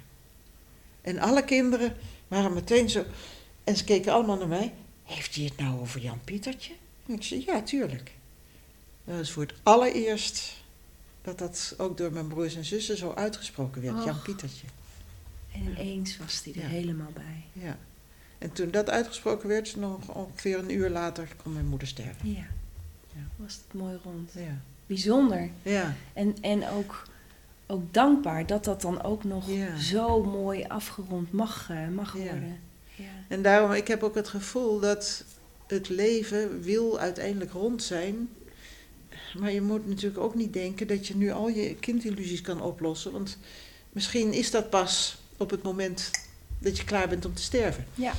En alle kinderen waren meteen zo, en ze keken allemaal naar mij, heeft hij het nou over Jan Pietertje? En ik zei, ja, tuurlijk. Dat is voor het allereerst dat dat ook door mijn broers en zussen zo uitgesproken werd, Och. Jan Pietertje. En ineens was hij er Ja. helemaal bij. Ja. En toen dat uitgesproken werd, nog ongeveer een uur later kon mijn moeder sterven. Ja. Ja. Was het mooi rond. Ja. Bijzonder. Ja. En, en ook, ook dankbaar dat dat dan ook nog Ja. zo mooi afgerond mag, uh, mag Ja. worden. Ja. En daarom, ik heb ook het gevoel dat het leven wil uiteindelijk rond zijn. Maar je moet natuurlijk ook niet denken dat je nu al je kindillusies kan oplossen. Want misschien is dat pas op het moment dat je klaar bent om te sterven. Ja.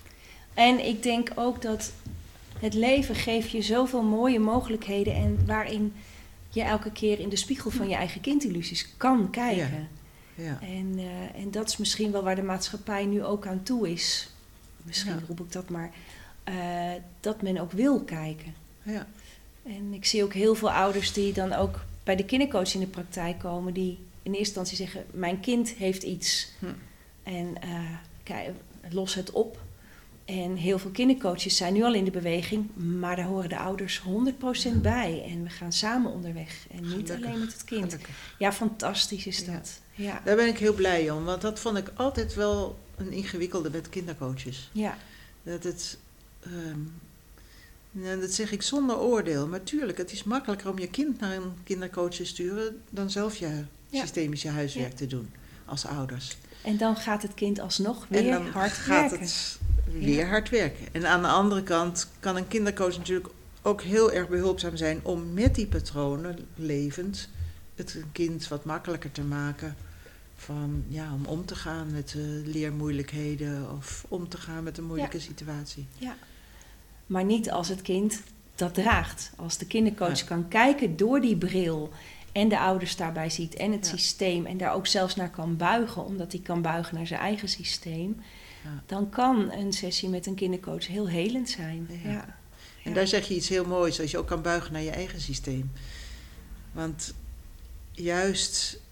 En ik denk ook dat het leven geeft je zoveel mooie mogelijkheden en waarin je elke keer in de spiegel van je eigen kindillusies kan kijken. Ja. Ja. En, uh, en dat is misschien wel waar de maatschappij nu ook aan toe is. Misschien Ja. roep ik dat maar. Uh, dat men ook wil kijken. Ja. En ik zie ook heel veel ouders die dan ook bij de kindercoach in de praktijk komen, die in eerste instantie zeggen, mijn kind heeft iets. Hm. En uh, kijk, los het op. En heel veel kindercoaches zijn nu al in de beweging, maar daar horen de ouders honderd procent bij. En we gaan samen onderweg en niet Gelukkig. alleen met het kind. Gelukkig. Ja, fantastisch is Ja. dat. Ja. Daar ben ik heel blij om, want dat vond ik altijd wel een ingewikkelde met kindercoaches. Ja. Dat het, um, nou, dat zeg ik zonder oordeel, maar tuurlijk, het is makkelijker om je kind naar een kindercoach te sturen dan zelf je Ja. systemische huiswerk Ja. te doen als ouders. En dan gaat het kind alsnog weer en dan hard gaat werken. het weer Ja. hard werken. En aan de andere kant kan een kindercoach natuurlijk ook heel erg behulpzaam zijn om met die patronen levend het kind wat makkelijker te maken. Van, ja, om om te gaan met uh, leermoeilijkheden of om te gaan met een moeilijke Ja. situatie. Ja. Maar niet als het kind dat draagt. Als de kindercoach Ja. kan kijken door die bril en de ouders daarbij ziet en het Ja. systeem en daar ook zelfs naar kan buigen, omdat hij kan buigen naar zijn eigen systeem, Ja. dan kan een sessie met een kindercoach heel helend zijn. Ja. Ja. En Ja. daar zeg je iets heel moois, als je ook kan buigen naar je eigen systeem. Want juist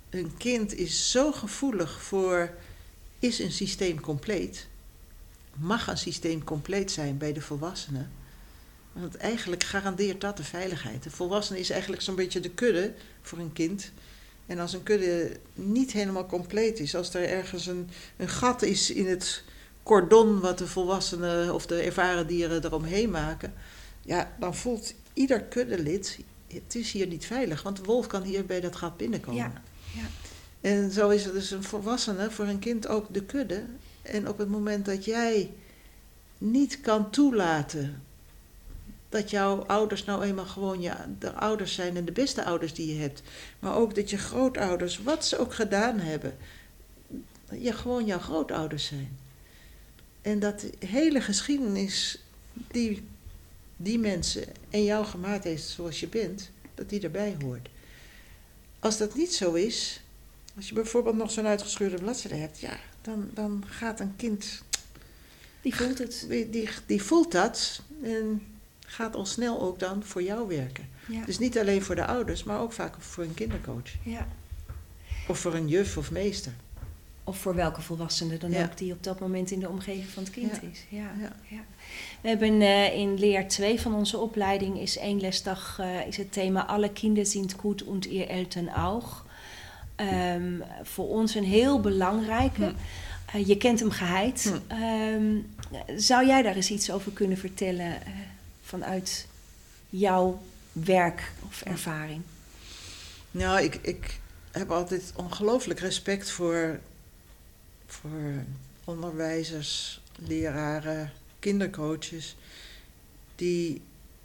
een kind is zo gevoelig voor, is een systeem compleet? Mag een systeem compleet zijn bij de volwassenen? Want eigenlijk garandeert dat de veiligheid. De volwassene is eigenlijk zo'n beetje de kudde voor een kind. En als een kudde niet helemaal compleet is, als er ergens een, een gat is in het cordon wat de volwassenen of de ervaren dieren eromheen maken, ja, dan voelt ieder kuddelid, het is hier niet veilig, want de wolf kan hier bij dat gat binnenkomen. Ja, ja. En zo is het dus een volwassene voor een kind ook de kudde. En op het moment dat jij niet kan toelaten dat jouw ouders nou eenmaal gewoon je, de ouders zijn en de beste ouders die je hebt, maar ook dat je grootouders, wat ze ook gedaan hebben, je gewoon jouw grootouders zijn. En dat de hele geschiedenis die die mensen en jou gemaakt heeft zoals je bent, dat die erbij hoort. Als dat niet zo is, als je bijvoorbeeld nog zo'n uitgescheurde bladzijde hebt, ja, dan, dan gaat een kind, Die voelt het. die, die, die voelt dat en gaat al snel ook dan voor jou werken. Ja. Dus niet alleen voor de ouders, maar ook vaak voor een kindercoach. Ja. Of voor een juf of meester. Of voor welke volwassene dan Ja. ook die op dat moment in de omgeving van het kind Ja. is. Ja. Ja. Ja. We hebben uh, in leer twee van onze opleiding is één lesdag uh, is het thema alle Kinder sind gut und ihr Eltern auch. Um, voor ons een heel belangrijke. Hm. Uh, je kent hem geheid. Hm. Um, zou jij daar eens iets over kunnen vertellen uh, vanuit jouw werk of ervaring? Nou, ik, ik heb altijd ongelooflijk respect voor, voor onderwijzers, leraren, kindercoaches, die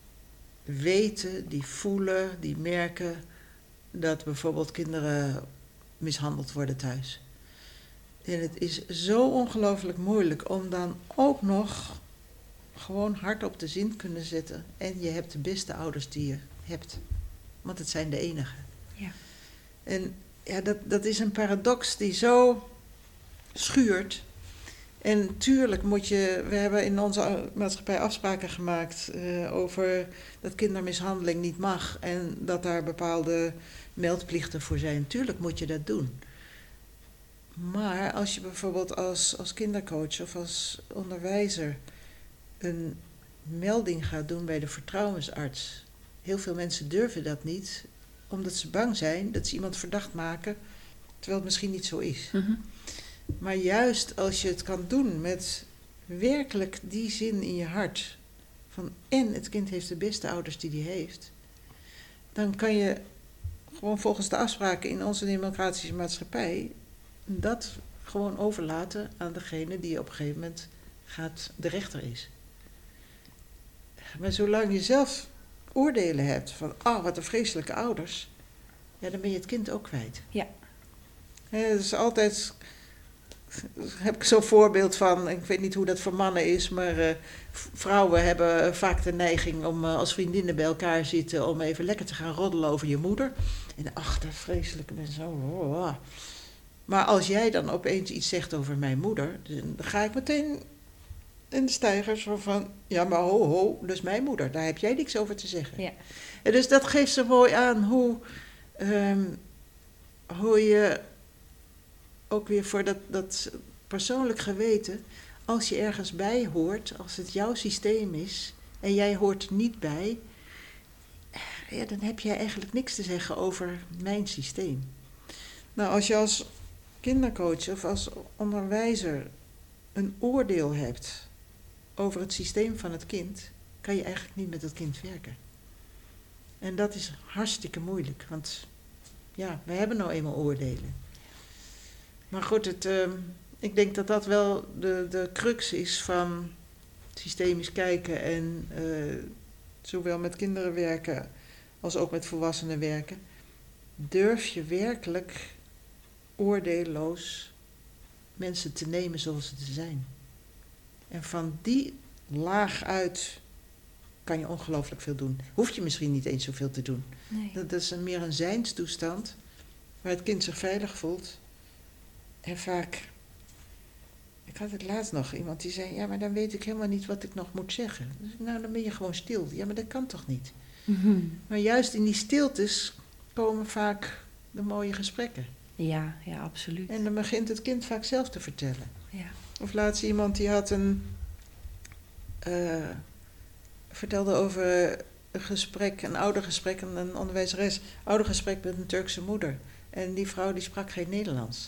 weten, die voelen, die merken dat bijvoorbeeld kinderen mishandeld worden thuis. En het is zo ongelooflijk moeilijk om dan ook nog gewoon hardop de zin te kunnen zetten. En je hebt de beste ouders die je hebt. Want het zijn de enige. Ja. En ja, dat, dat is een paradox die zo schuurt. En tuurlijk moet je, we hebben in onze maatschappij afspraken gemaakt uh, over dat kindermishandeling niet mag en dat daar bepaalde meldplichten voor zijn. Tuurlijk moet je dat doen. Maar als je bijvoorbeeld als, als kindercoach of als onderwijzer een melding gaat doen bij de vertrouwensarts. Heel veel mensen durven dat niet, omdat ze bang zijn dat ze iemand verdacht maken, terwijl het misschien niet zo is. Mm-hmm. Maar juist als je het kan doen met werkelijk die zin in je hart, van en het kind heeft de beste ouders die die heeft, dan kan je gewoon volgens de afspraken in onze democratische maatschappij dat gewoon overlaten aan degene die op een gegeven moment gaat, de rechter is. Maar zolang je zelf oordelen hebt van, ah, oh, wat een vreselijke ouders, ja, dan ben je het kind ook kwijt. Ja. Het is altijd, heb ik zo'n voorbeeld van, ik weet niet hoe dat voor mannen is, maar uh, vrouwen hebben vaak de neiging om uh, als vriendinnen bij elkaar zitten om even lekker te gaan roddelen over je moeder. En ach, dat vreselijke mensen. Oh, oh, oh. Maar als jij dan opeens iets zegt over mijn moeder, dan ga ik meteen in de steiger zo van, ja maar ho ho, dat is mijn moeder, daar heb jij niks over te zeggen. Ja. En dus dat geeft zo mooi aan hoe, um, hoe je ook weer voor dat, dat persoonlijk geweten, als je ergens bij hoort, als het jouw systeem is en jij hoort er niet bij, ja, dan heb jij eigenlijk niks te zeggen over mijn systeem. Nou, als je als kindercoach of als onderwijzer een oordeel hebt over het systeem van het kind, kan je eigenlijk niet met het kind werken. En dat is hartstikke moeilijk, want ja, we hebben nou eenmaal oordelen. Maar goed, het, uh, ik denk dat dat wel de, de crux is van systemisch kijken en uh, zowel met kinderen werken als ook met volwassenen werken. Durf je werkelijk oordeelloos mensen te nemen zoals ze te zijn. En van die laag uit kan je ongelooflijk veel doen. Hoef je misschien niet eens zoveel te doen. Nee. Dat is een, meer een zijnstoestand waar het kind zich veilig voelt. En vaak, ik had het laatst nog iemand die zei, ja maar dan weet ik helemaal niet wat ik nog moet zeggen. Dus, nou dan ben je gewoon stil. Ja maar dat kan toch niet. Mm-hmm. Maar juist in die stiltes komen vaak de mooie gesprekken. Ja, ja, absoluut. En dan begint het kind vaak zelf te vertellen. Ja. Of laatst iemand die had een... Uh, vertelde over een gesprek, een oudergesprek, een onderwijzeres, oudergesprek met een Turkse moeder. En die vrouw die sprak geen Nederlands.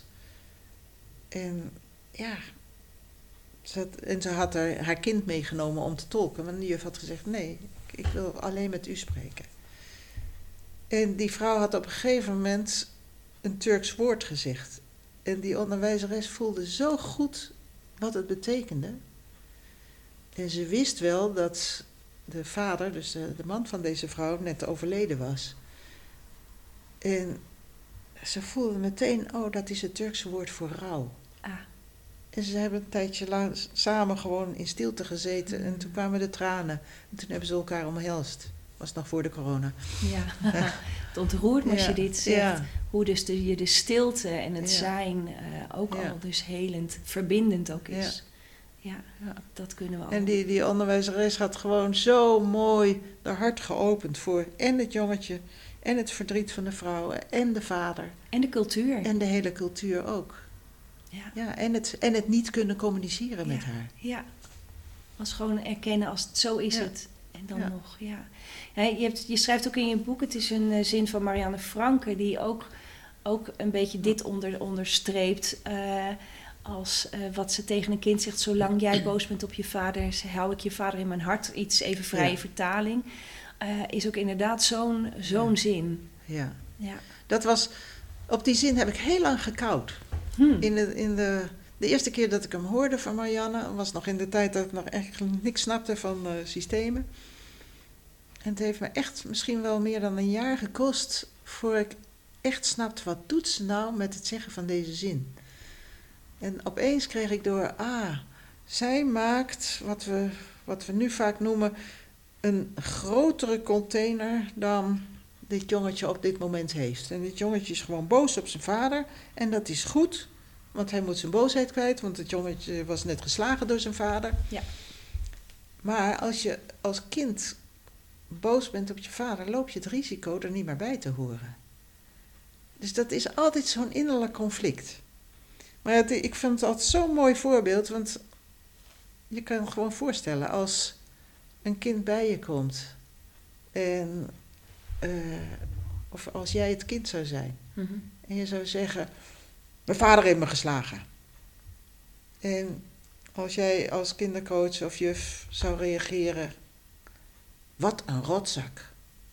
En ja, ze had, en ze had haar, haar kind meegenomen om te tolken. Maar de juf had gezegd, nee, ik, ik wil alleen met u spreken. En die vrouw had op een gegeven moment een Turks woord gezegd. En die onderwijzeres voelde zo goed wat het betekende. En ze wist wel dat de vader, dus de, de man van deze vrouw, net overleden was. En ze voelde meteen, oh, dat is het Turkse woord voor rouw. Ah. En ze hebben een tijdje lang samen gewoon in stilte gezeten. Mm. En toen kwamen de tranen. En toen hebben ze elkaar omhelst. Was nog voor de corona. Ja, het ontroert me als ja. je dit zegt. Ja. Hoe dus de, je de stilte en het ja. zijn uh, ook ja. al dus helend, verbindend ook is. Ja, ja, ja. Dat kunnen we al. En die, die onderwijzeres had gewoon zo mooi haar hart geopend voor en het jongetje... en het verdriet van de vrouwen en de vader. En de cultuur. En de hele cultuur ook. Ja. Ja, en, het, en het niet kunnen communiceren ja. met haar. Ja, als gewoon erkennen als het zo is ja. het. En dan ja. nog, ja. ja je, hebt, je schrijft ook in je boek, het is een uh, zin van Marianne Franke... die ook, ook een beetje dit onder, onderstreept... Uh, als uh, wat ze tegen een kind zegt... zolang jij boos bent op je vader... hou ik je vader in mijn hart. Iets even vrije ja. vertaling... Uh, is ook inderdaad zo'n, zo'n ja. zin. Ja. ja. Dat was... Op die zin heb ik heel lang gekauwd. Hmm. In, de, in de, de eerste keer dat ik hem hoorde van Marianne... was nog in de tijd dat ik nog echt niks snapte van uh, systemen. En het heeft me echt misschien wel meer dan een jaar gekost... voor ik echt snapte... wat doet ze nou met het zeggen van deze zin? En opeens kreeg ik door... ah, zij maakt wat we, wat we nu vaak noemen... een grotere container dan dit jongetje op dit moment heeft. En dit jongetje is gewoon boos op zijn vader. En dat is goed, want hij moet zijn boosheid kwijt. Want het jongetje was net geslagen door zijn vader. Ja. Maar als je als kind boos bent op je vader... loop je het risico er niet meer bij te horen. Dus dat is altijd zo'n innerlijk conflict. Maar het, ik vind het altijd zo'n mooi voorbeeld... want je kan je gewoon voorstellen als... een kind bij je komt en uh, of als jij het kind zou zijn mm-hmm. en je zou zeggen, mijn vader heeft me geslagen. En als jij als kindercoach of juf zou reageren, wat een rotzak.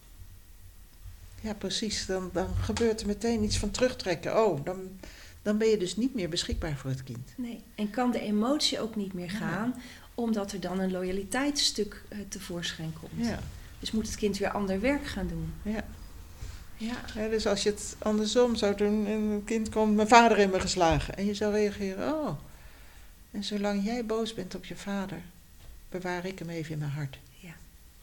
Ja, precies, dan, dan gebeurt er meteen iets van terugtrekken. Oh, dan, dan ben je dus niet meer beschikbaar voor het kind. Nee, en kan de emotie ook niet meer gaan... Ja. Omdat er dan een loyaliteitsstuk uh, tevoorschijn komt. Ja. Dus moet het kind weer ander werk gaan doen. Ja. Ja. Ja, dus als je het andersom zou doen en een kind komt, mijn vader heeft me geslagen. En je zou reageren, oh. En zolang jij boos bent op je vader, bewaar ik hem even in mijn hart. Ja.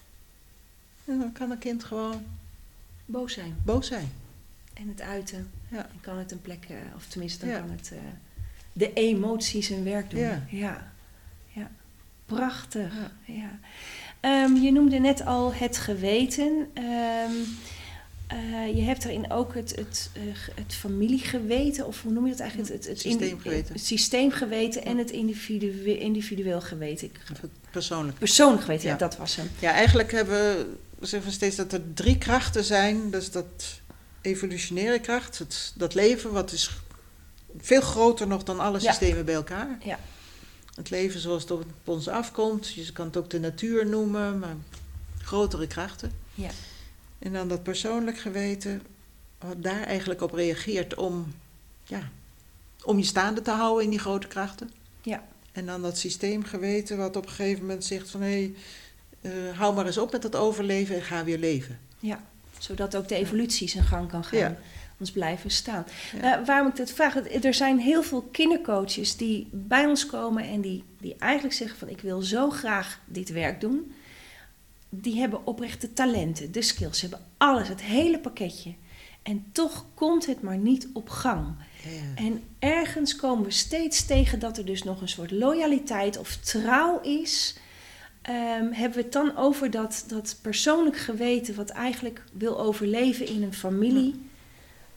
En dan kan een kind gewoon boos zijn. Boos zijn. En het uiten. Ja. En kan het een plek, uh, of tenminste dan ja. kan het uh, de emoties zijn werk doen. Ja. Ja. Ja. Prachtig. Ja. Ja. Um, je noemde net al het geweten. Um, uh, je hebt daarin ook het, het, uh, het familiegeweten, of hoe noem je dat eigenlijk? Het, het, het systeemgeweten. Het systeemgeweten en het individu- individueel geweten. Ik, het persoonlijk. Persoonlijk geweten, ja. ja, dat was hem. Ja, eigenlijk hebben we, we zeggen steeds dat er drie krachten zijn. Dus dat evolutionaire kracht, het, dat leven, wat is veel groter nog dan alle ja. systemen bij elkaar. Ja. Het leven zoals het op ons afkomt. Je kan het ook de natuur noemen, maar grotere krachten. Ja. En dan dat persoonlijk geweten, wat daar eigenlijk op reageert om, ja, om je staande te houden in die grote krachten. Ja. En dan dat systeemgeweten wat op een gegeven moment zegt van... hé, hey, uh, hou maar eens op met dat overleven en ga weer leven. Ja, zodat ook de evolutie zijn gang kan gaan. Ja. Ons blijven staan. Ja. Uh, waarom ik dit vraag? Er zijn heel veel kindercoaches die bij ons komen en die, die eigenlijk zeggen van ik wil zo graag dit werk doen. Die hebben oprechte talenten, de skills, ze hebben alles, het hele pakketje. En toch komt het maar niet op gang. Ja. En ergens komen we steeds tegen dat er dus nog een soort loyaliteit of trouw is. Um, hebben we het dan over dat, dat persoonlijk geweten wat eigenlijk wil overleven in een familie.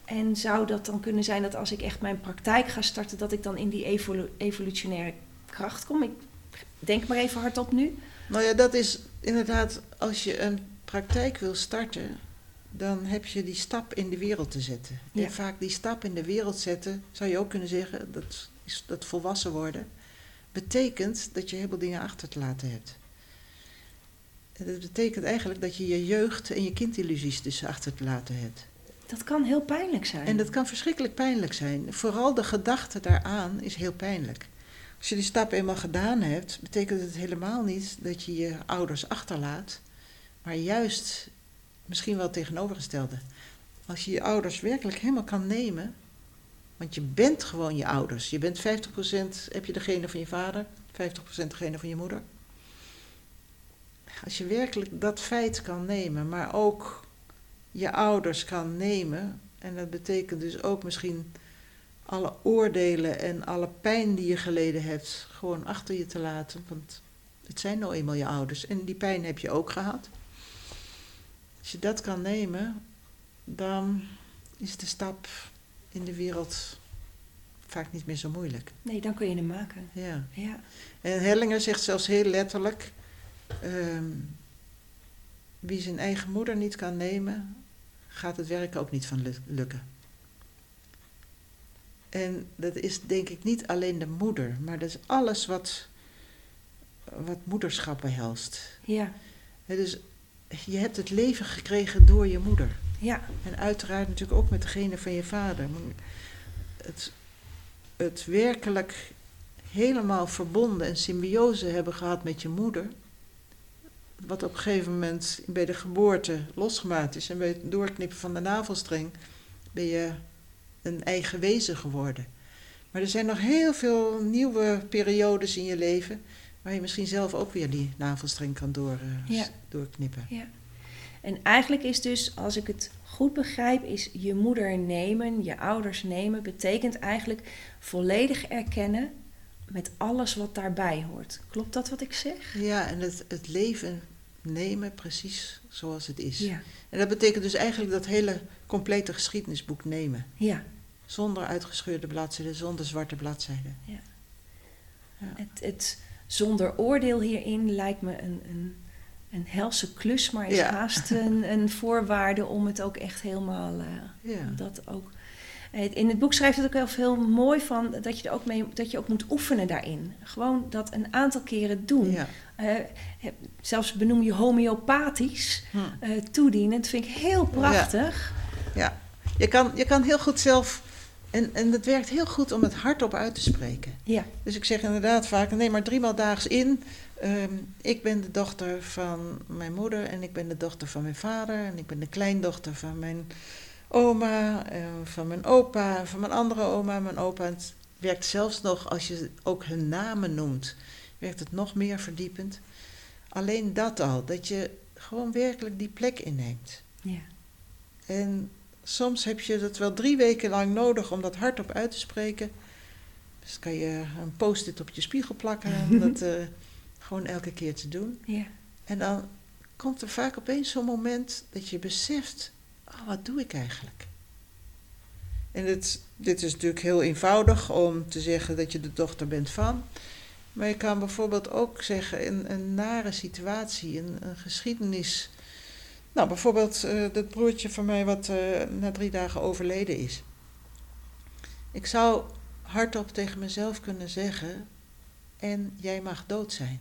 En zou dat dan kunnen zijn dat als ik echt mijn praktijk ga starten, dat ik dan in die evolu- evolutionaire kracht kom? Ik denk maar even hardop nu. Nou ja, dat is inderdaad, als je een praktijk wil starten, dan heb je die stap in de wereld te zetten. Ja. En vaak die stap in de wereld zetten, zou je ook kunnen zeggen, dat is dat volwassen worden, betekent dat je heel veel dingen achter te laten hebt. En dat betekent eigenlijk dat je je jeugd en je kindillusies dus achter te laten hebt. Dat kan heel pijnlijk zijn. En dat kan verschrikkelijk pijnlijk zijn. Vooral de gedachte daaraan is heel pijnlijk. Als je die stap eenmaal gedaan hebt, betekent het helemaal niet dat je je ouders achterlaat, maar juist misschien wel het tegenovergestelde. Als je je ouders werkelijk helemaal kan nemen, want je bent gewoon je ouders. Je bent vijftig procent heb je degene van je vader, vijftig procent degene van je moeder. Als je werkelijk dat feit kan nemen, maar ook je ouders kan nemen, en dat betekent dus ook misschien alle oordelen en alle pijn die je geleden hebt gewoon achter je te laten, want het zijn nou eenmaal je ouders en die pijn heb je ook gehad. Als je dat kan nemen, dan is de stap in de wereld vaak niet meer zo moeilijk. Nee, dan kun je hem maken. Ja. Ja. En Hellinger zegt zelfs heel letterlijk, um, wie zijn eigen moeder niet kan nemen, gaat het werk ook niet van lukken. En dat is denk ik niet alleen de moeder, maar dat is alles wat, wat moederschap behelst. Ja. He, dus je hebt het leven gekregen door je moeder. Ja. En uiteraard natuurlijk ook met degene van je vader. Het, het werkelijk helemaal verbonden en symbiose hebben gehad met je moeder, wat op een gegeven moment bij de geboorte losgemaakt is en bij het doorknippen van de navelstreng ben je een eigen wezen geworden. Maar er zijn nog heel veel nieuwe periodes in je leven waar je misschien zelf ook weer die navelstreng kan door, uh, ja. doorknippen. Ja. En eigenlijk is dus, als ik het goed begrijp, is je moeder nemen, je ouders nemen, betekent eigenlijk volledig erkennen met alles wat daarbij hoort. Klopt dat wat ik zeg? Ja, en het, het leven nemen precies zoals het is. Ja. En dat betekent dus eigenlijk dat hele complete geschiedenisboek nemen. Ja. Zonder uitgescheurde bladzijden, zonder zwarte bladzijden. Ja. Ja. Het, het zonder oordeel hierin lijkt me een, een, een helse klus, maar is ja. haast een, een voorwaarde om het ook echt helemaal uh, ja. dat ook. In het boek schrijft het ook heel veel mooi van dat je er ook mee dat je ook moet oefenen daarin. Gewoon dat een aantal keren doen. Ja. Uh, zelfs benoem je homeopathisch hm. uh, toedienen. Dat vind ik heel prachtig. Ja, ja. Je, kan, je kan heel goed zelf. En, en het werkt heel goed om het hardop uit te spreken. Ja. Dus ik zeg inderdaad vaak, neem maar driemaal daags in. Um, ik ben de dochter van mijn moeder en ik ben de dochter van mijn vader. En ik ben de kleindochter van mijn oma, uh, van mijn opa, van mijn andere oma, mijn opa. Het werkt zelfs nog, als je ook hun namen noemt, werkt het nog meer verdiepend. Alleen dat al, dat je gewoon werkelijk die plek inneemt. Ja. En soms heb je dat wel drie weken lang nodig om dat hardop uit te spreken. Dus kan je een post-it op je spiegel plakken om dat uh, gewoon elke keer te doen. Ja. En dan komt er vaak opeens zo'n moment dat je beseft, oh, wat doe ik eigenlijk? En dit, dit is natuurlijk heel eenvoudig om te zeggen dat je de dochter bent van. Maar je kan bijvoorbeeld ook zeggen, een, een nare situatie, een, een geschiedenis. Nou, bijvoorbeeld uh, dat broertje van mij wat uh, na drie dagen overleden is. Ik zou hardop tegen mezelf kunnen zeggen, en jij mag dood zijn.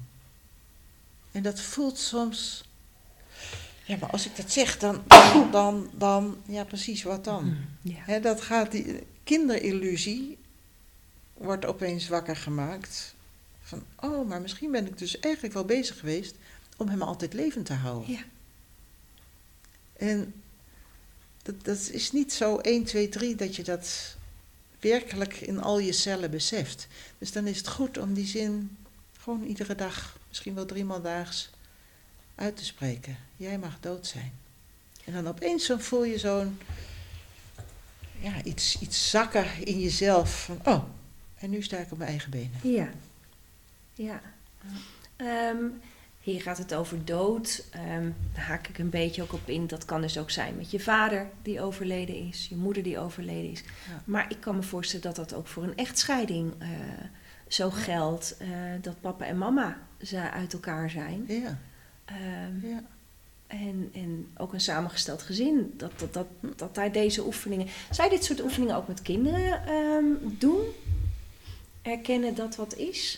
En dat voelt soms, ja, maar als ik dat zeg, dan, dan, dan ja precies, wat dan? Ja. He, dat gaat, die kinderillusie wordt opeens wakker gemaakt. Van, oh, maar misschien ben ik dus eigenlijk wel bezig geweest om hem altijd levend te houden. Ja. En dat, dat is niet zo één, twee, drie dat je dat werkelijk in al je cellen beseft. Dus dan is het goed om die zin gewoon iedere dag, misschien wel driemaal daags, uit te spreken. Jij mag dood zijn. En dan opeens zo voel je zo'n, ja, iets, iets zakken in jezelf. Van, oh, en nu sta ik op mijn eigen benen. Ja. Ja. Um, Hier gaat het over dood. Um, daar haak ik een beetje ook op in. Dat kan dus ook zijn met je vader die overleden is. Je moeder die overleden is. Ja. Maar ik kan me voorstellen dat dat ook voor een echtscheiding uh, zo ja. geldt. Uh, dat papa en mama uit elkaar zijn. Ja. Um, ja. En, en ook een samengesteld gezin. Dat, dat, dat, dat daar deze oefeningen... Zou je dit soort oefeningen ook met kinderen um, doen? Erkennen dat wat is?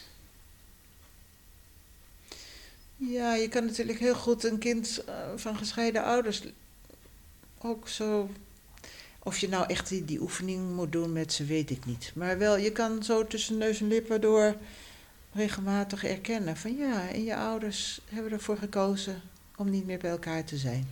Ja, je kan natuurlijk heel goed een kind uh, van gescheiden ouders ook zo... Of je nou echt die, die oefening moet doen met ze, weet ik niet. Maar wel, je kan zo tussen neus en lippen door regelmatig erkennen van ja, en je ouders hebben ervoor gekozen om niet meer bij elkaar te zijn.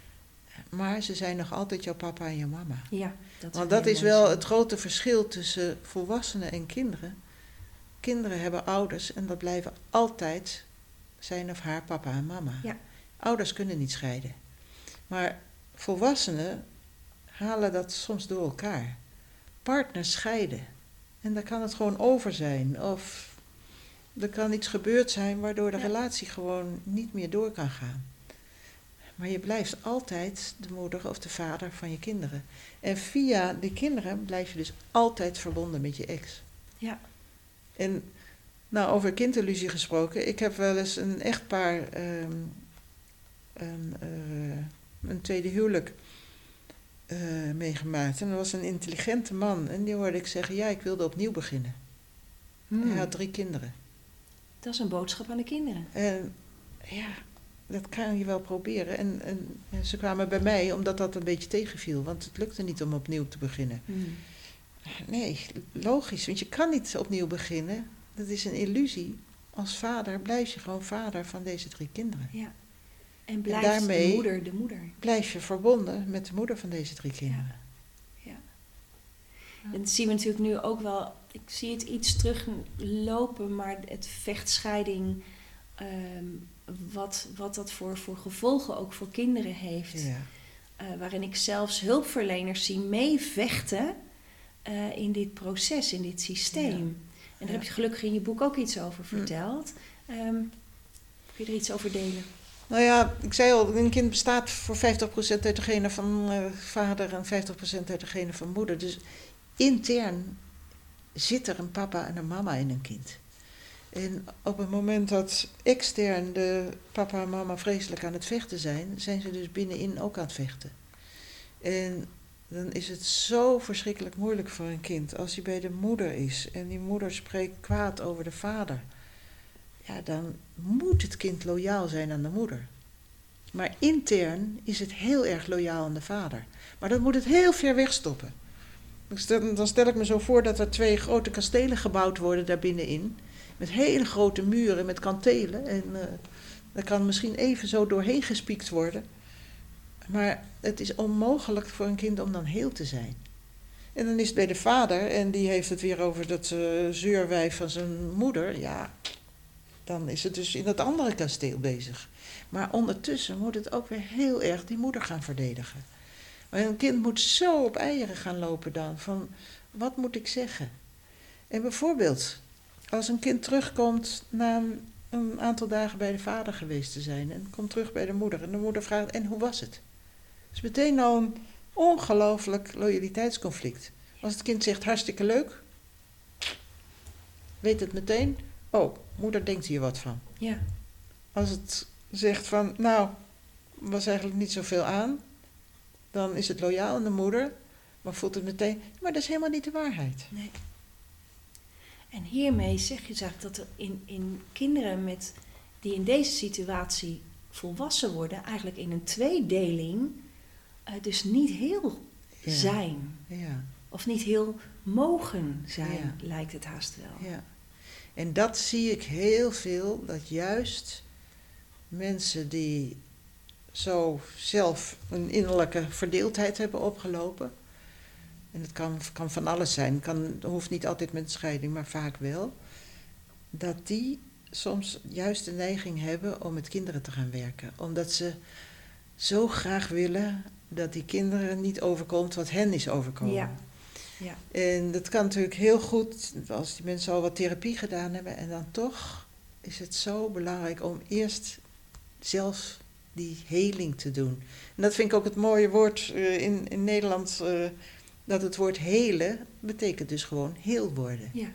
Maar ze zijn nog altijd jouw papa en jouw mama. Ja, dat Want dat is wel het grote verschil tussen volwassenen en kinderen. Kinderen hebben ouders en dat blijven altijd zijn of haar papa en mama. Ja. Ouders kunnen niet scheiden. Maar volwassenen halen dat soms door elkaar. Partners scheiden. En dan kan het gewoon over zijn. Of er kan iets gebeurd zijn waardoor de ja. relatie gewoon niet meer door kan gaan. Maar je blijft altijd de moeder of de vader van je kinderen. En via die kinderen blijf je dus altijd verbonden met je ex. Ja. En nou, over kindillusie gesproken. Ik heb wel eens een echtpaar, um, een, uh, een tweede huwelijk uh, meegemaakt. En dat was een intelligente man. En die hoorde ik zeggen, ja, ik wilde opnieuw beginnen. Hmm. Hij had drie kinderen. Dat is een boodschap aan de kinderen. En ja, dat kan je wel proberen. En, en, en ze kwamen bij mij omdat dat een beetje tegenviel. Want het lukte niet om opnieuw te beginnen. Hmm. Nee, logisch. Want je kan niet opnieuw beginnen. Dat is een illusie. Als vader blijf je gewoon vader van deze drie kinderen. Ja. En blijft en daarmee de moeder de moeder. Blijf je verbonden met de moeder van deze drie kinderen. Ja. Ja. Ja. En dat zien we natuurlijk nu ook wel. Ik zie het iets teruglopen, maar het vechtscheiding, um, wat, wat dat voor, voor gevolgen ook voor kinderen heeft. Ja. Uh, waarin ik zelfs hulpverleners zie meevechten uh, in dit proces, in dit systeem. Ja. En daar ja. heb je gelukkig in je boek ook iets over verteld. Um, kun je er iets over delen? Nou ja, ik zei al, een kind bestaat voor vijftig procent uit degene van uh, vader en vijftig procent uit degene van moeder. Dus intern zit er een papa en een mama in een kind. En op het moment dat extern de papa en mama vreselijk aan het vechten zijn, zijn ze dus binnenin ook aan het vechten. En dan is het zo verschrikkelijk moeilijk voor een kind als hij bij de moeder is en die moeder spreekt kwaad over de vader. Ja, dan moet het kind loyaal zijn aan de moeder. Maar intern is het heel erg loyaal aan de vader. Maar dan moet het heel ver wegstoppen. Dan stel ik me zo voor dat er twee grote kastelen gebouwd worden daar binnenin. Met hele grote muren, met kantelen. En uh, daar kan misschien even zo doorheen gespiekt worden. Maar het is onmogelijk voor een kind om dan heel te zijn. En dan is het bij de vader, en die heeft het weer over dat uh, zeurwijf van zijn moeder. Ja, dan is het dus in dat andere kasteel bezig. Maar ondertussen moet het ook weer heel erg die moeder gaan verdedigen. Maar een kind moet zo op eieren gaan lopen dan, van wat moet ik zeggen? En bijvoorbeeld, als een kind terugkomt na een, een aantal dagen bij de vader geweest te zijn en komt terug bij de moeder en de moeder vraagt, en hoe was het? Dat is meteen al een ongelooflijk loyaliteitsconflict. Als het kind zegt, hartstikke leuk, weet het meteen, oh, moeder denkt hier wat van. Ja. Als het zegt van, nou, was eigenlijk niet zoveel aan, dan is het loyaal aan de moeder, maar voelt het meteen, maar dat is helemaal niet de waarheid. Nee. En hiermee zeg je eigenlijk dat er in, in kinderen met, die in deze situatie volwassen worden, eigenlijk in een tweedeling uh, dus niet heel ja. zijn. Ja. Of niet heel mogen zijn, ja. lijkt het haast wel. Ja. En dat zie ik heel veel, dat juist mensen die zo zelf een innerlijke verdeeldheid hebben opgelopen, en het kan, kan van alles zijn, kan, hoeft niet altijd met een scheiding, maar vaak wel, dat die soms juist de neiging hebben om met kinderen te gaan werken. Omdat ze zo graag willen dat die kinderen niet overkomt wat hen is overkomen. Ja. Ja. En dat kan natuurlijk heel goed als die mensen al wat therapie gedaan hebben. En dan toch is het zo belangrijk om eerst zelf die heling te doen. En dat vind ik ook het mooie woord uh, in, in Nederland, uh, dat het woord helen betekent dus gewoon heel worden. Ja.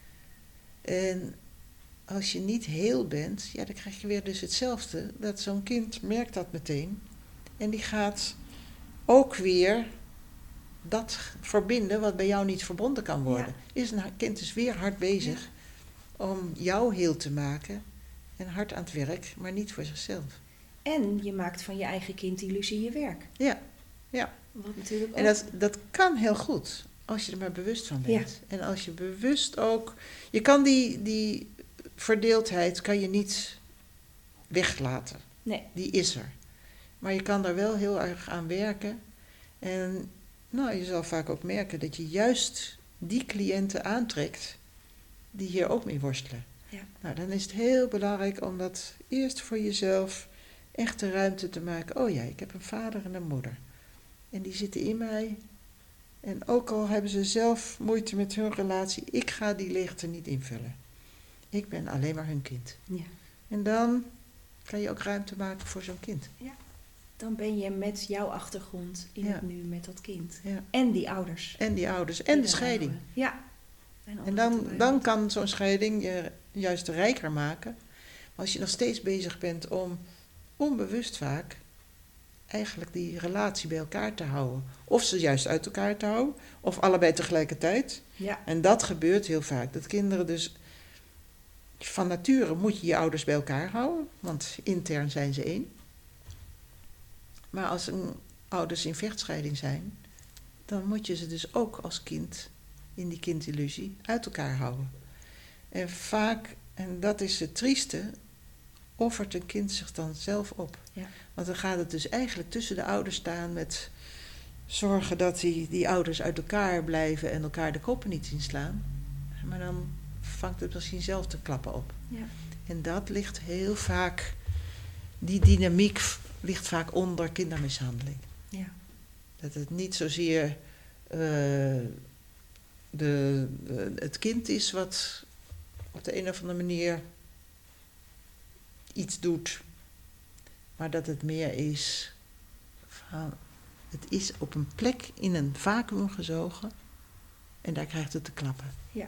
En als je niet heel bent, ja, dan krijg je weer dus hetzelfde. Dat zo'n kind merkt dat meteen. En die gaat ook weer dat verbinden wat bij jou niet verbonden kan worden. Ja. Is een kind dus weer hard bezig ja. om jou heel te maken. En hard aan het werk, maar niet voor zichzelf. En je maakt van je eigen kind illusie je werk. Ja, ja. Wat natuurlijk ook... En dat, dat kan heel goed, als je er maar bewust van bent. Ja. En als je bewust ook... Je kan die, die verdeeldheid kan je niet weglaten. Nee. Die is er. Maar je kan daar wel heel erg aan werken. En nou, je zal vaak ook merken dat je juist die cliënten aantrekt die hier ook mee worstelen. Ja. Nou, dan is het heel belangrijk om dat eerst voor jezelf echt de ruimte te maken. Oh ja, ik heb een vader en een moeder. En die zitten in mij. En ook al hebben ze zelf moeite met hun relatie, ik ga die leegte niet invullen. Ik ben alleen maar hun kind. Ja. En dan kan je ook ruimte maken voor zo'n kind. Ja. Dan ben je met jouw achtergrond in ja. het nu met dat kind. Ja. En die ouders. En die ouders. En de scheiding. Ja. En, en dan, dan kan zo'n scheiding je juist rijker maken. Maar als je nog steeds bezig bent om onbewust vaak eigenlijk die relatie bij elkaar te houden. Of ze juist uit elkaar te houden. Of allebei tegelijkertijd. Ja. En dat gebeurt heel vaak. Dat kinderen dus... Van nature moet je je ouders bij elkaar houden. Want intern zijn ze één. Maar als een ouders in vechtscheiding zijn... dan moet je ze dus ook als kind... in die kindillusie uit elkaar houden. En vaak, en dat is het trieste... offert een kind zich dan zelf op. Ja. Want dan gaat het dus eigenlijk tussen de ouders staan... met zorgen dat die, die ouders uit elkaar blijven... en elkaar de koppen niet zien slaan. Maar dan vangt het misschien zelf te klappen op. Ja. En dat ligt heel vaak... die dynamiek ligt vaak onder kindermishandeling. Ja. Dat het niet zozeer... Uh, de, de, het kind is wat op de een of andere manier iets doet. Maar dat het meer is van, het is op een plek in een vacuüm gezogen en daar krijgt het te klappen. Ja.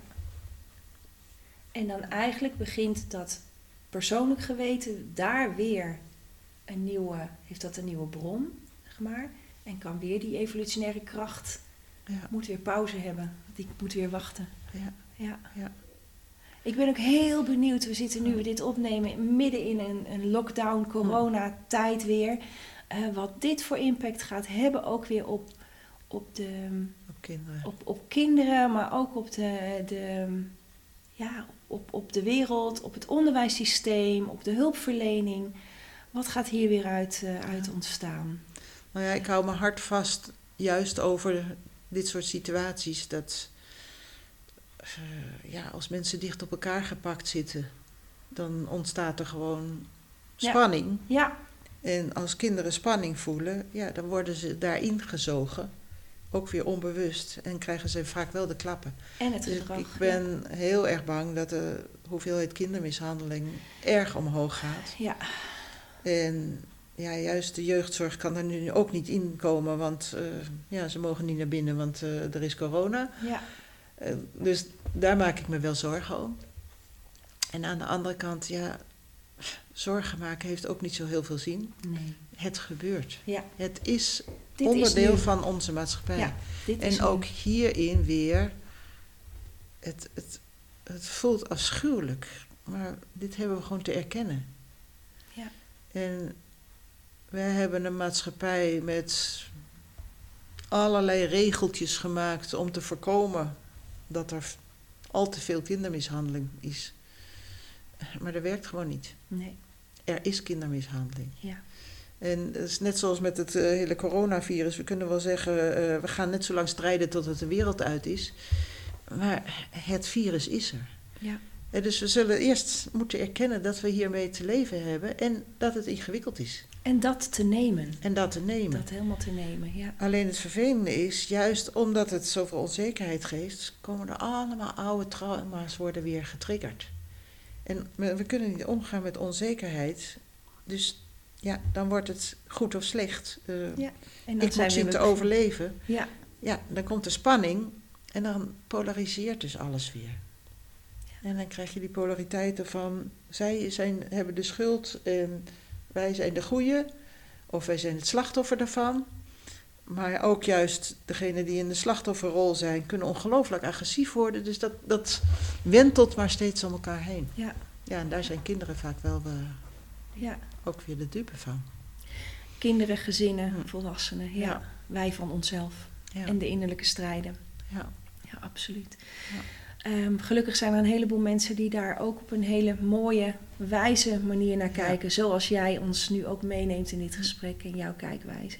En dan eigenlijk begint dat persoonlijk geweten daar weer een nieuwe, heeft dat een nieuwe bron, zeg maar, en kan weer die evolutionaire kracht... Ja. Moet weer pauze hebben. Die moet weer wachten. Ja. Ja. Ja. Ik ben ook heel benieuwd. We zitten nu we dit opnemen midden in een, een lockdown, corona-tijd weer. Uh, wat dit voor impact gaat hebben ook weer op, op, de, op, kinderen. Op, op kinderen, maar ook op de, de, ja, op, op de wereld, op het onderwijssysteem, op de hulpverlening. Wat gaat hier weer uit, uh, uit ontstaan? Nou ja, ik hou mijn hart vast juist over... dit soort situaties, dat uh, ja, als mensen dicht op elkaar gepakt zitten, dan ontstaat er gewoon spanning. Ja. Ja. En als kinderen spanning voelen, ja, dan worden ze daarin gezogen, ook weer onbewust, en krijgen ze vaak wel de klappen. En het dus gedrag. ik ben ja. heel erg bang dat de hoeveelheid kindermishandeling erg omhoog gaat. Ja. En ja, juist de jeugdzorg kan er nu ook niet in komen, want uh, ja, ze mogen niet naar binnen, want uh, er is corona. Ja. Uh, dus daar maak ik me wel zorgen om. En aan de andere kant, ja, zorgen maken heeft ook niet zo heel veel zin. Nee. Het gebeurt. Ja. Het is dit onderdeel is van onze maatschappij. Ja, dit en is ook nu. hierin weer, het, het, het voelt afschuwelijk, maar dit hebben we gewoon te erkennen. Ja. En wij hebben een maatschappij met allerlei regeltjes gemaakt om te voorkomen dat er al te veel kindermishandeling is. Maar dat werkt gewoon niet. Nee. Er is kindermishandeling. Ja. En dat is net zoals met het uh, hele coronavirus. We kunnen wel zeggen, uh, we gaan net zo lang strijden tot het de wereld uit is. Maar het virus is er. Ja. En dus we zullen eerst moeten erkennen dat we hiermee te leven hebben en dat het ingewikkeld is. En dat te nemen. En dat te nemen. Dat helemaal te nemen, ja. Alleen het vervelende is, juist omdat het zoveel onzekerheid geeft, komen er allemaal oude trauma's worden weer getriggerd. En we kunnen niet omgaan met onzekerheid. Dus ja, dan wordt het goed of slecht. Uh, ja. En ik moet zien te overleven. Ja. Ja, dan komt de spanning en dan polariseert dus alles weer. Ja. En dan krijg je die polariteiten van, zij zijn, hebben de schuld en wij zijn de goeie, of wij zijn het slachtoffer daarvan. Maar ook juist degenen die in de slachtofferrol zijn, kunnen ongelooflijk agressief worden. Dus dat, dat wentelt maar steeds om elkaar heen. Ja. Ja, en daar zijn kinderen vaak wel uh, ja. ook weer de dupe van. Kinderen, gezinnen, hm. volwassenen. Ja. ja. Wij van onszelf. Ja. En de innerlijke strijden. Ja, ja absoluut. Ja. Um, gelukkig zijn er een heleboel mensen die daar ook op een hele mooie, wijze manier naar kijken. Ja. Zoals jij ons nu ook meeneemt in dit gesprek en jouw kijkwijze.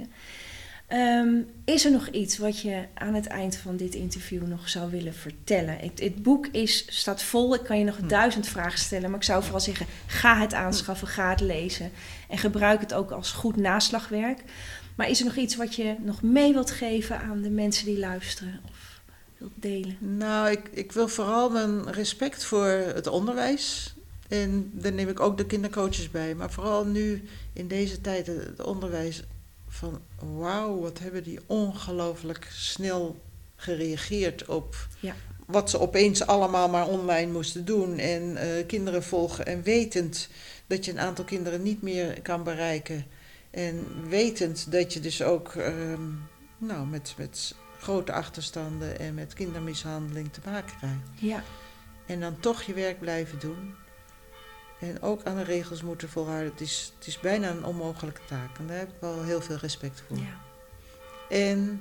Um, is er nog iets wat je aan het eind van dit interview nog zou willen vertellen? Het, het boek is, staat vol, ik kan je nog hm. duizend vragen stellen, maar ik zou vooral zeggen, ga het aanschaffen, ga het lezen. En gebruik het ook als goed naslagwerk. Maar is er nog iets wat je nog mee wilt geven aan de mensen die luisteren of wilt delen? Nou, ik, ik wil vooral mijn respect voor het onderwijs. En daar neem ik ook de kindercoaches bij. Maar vooral nu in deze tijd het onderwijs van wauw, wat hebben die ongelooflijk snel gereageerd op ja. wat ze opeens allemaal maar online moesten doen. En uh, kinderen volgen en wetend dat je een aantal kinderen niet meer kan bereiken. En wetend dat je dus ook um, nou, met, met grote achterstanden en met kindermishandeling te maken krijgt. Ja. En dan toch je werk blijven doen. En ook aan de regels moeten volhouden. Het is, het is bijna een onmogelijke taak. En daar heb ik wel heel veel respect voor. Ja. En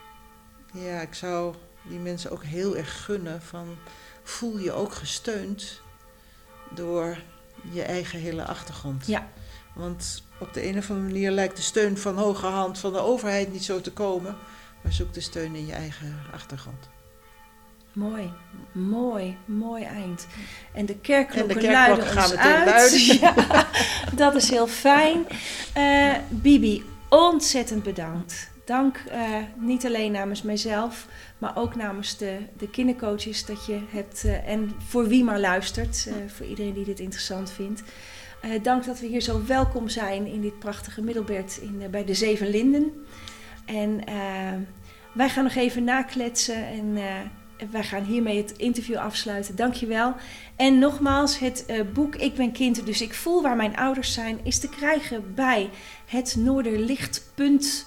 ja, ik zou die mensen ook heel erg gunnen van, voel je ook gesteund door je eigen hele achtergrond. Ja. Want op de een of andere manier lijkt de steun van hoge hand van de overheid niet zo te komen. Maar zoek de steun in je eigen achtergrond. Mooi, mooi, mooi eind. En de kerkklokken, en de kerkklokken luiden gaan ons meteen uit. luiden. Ja, dat is heel fijn. Uh, Bibi, ontzettend bedankt. Dank uh, niet alleen namens mijzelf, maar ook namens de, de kindercoaches dat je hebt uh, en voor wie maar luistert, uh, voor iedereen die dit interessant vindt. Uh, dank dat we hier zo welkom zijn in dit prachtige Middelbert in, uh, bij de Zeven Linden. En uh, wij gaan nog even nakletsen en uh, wij gaan hiermee het interview afsluiten. Dankjewel. En nogmaals, het uh, boek Ik ben kind, dus ik voel waar mijn ouders zijn, is te krijgen bij het Noorderlicht punt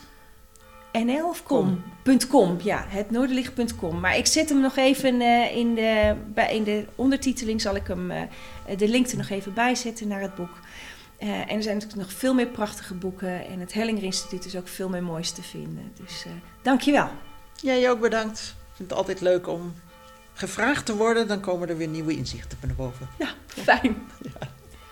n l of com? .com, ja, het noorderlicht punt com. Maar ik zet hem nog even uh, in, de, bij, in de ondertiteling, zal ik hem uh, de link er nog even bij zetten naar het boek. Uh, en er zijn natuurlijk nog veel meer prachtige boeken en het Hellinger Instituut is ook veel meer moois te vinden. Dus uh, dankjewel. Jij ook bedankt. Ik vind het altijd leuk om gevraagd te worden, dan komen er weer nieuwe inzichten naar boven. Ja, fijn. Ja.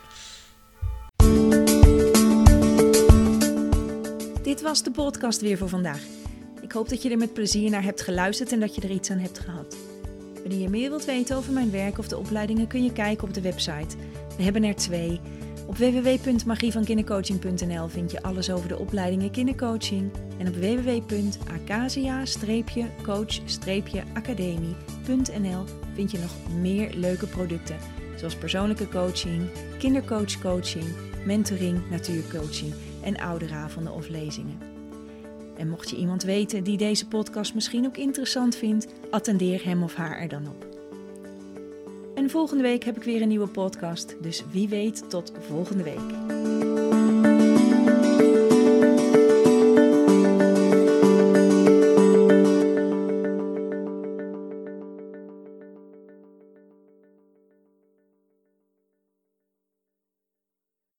Dit was de podcast weer voor vandaag. Ik hoop dat je er met plezier naar hebt geluisterd en dat je er iets aan hebt gehad. Wanneer je meer wilt weten over mijn werk of de opleidingen kun je kijken op de website. We hebben er twee. Op w w w punt magie van kindercoaching punt n l vind je alles over de opleidingen kindercoaching. En op w w w punt acacia coach academie punt n l vind je nog meer leuke producten. Zoals persoonlijke coaching, kindercoachcoaching, mentoring, natuurcoaching en ouderavonden of lezingen. En mocht je iemand weten die deze podcast misschien ook interessant vindt, attendeer hem of haar er dan op. En volgende week heb ik weer een nieuwe podcast, dus wie weet tot volgende week.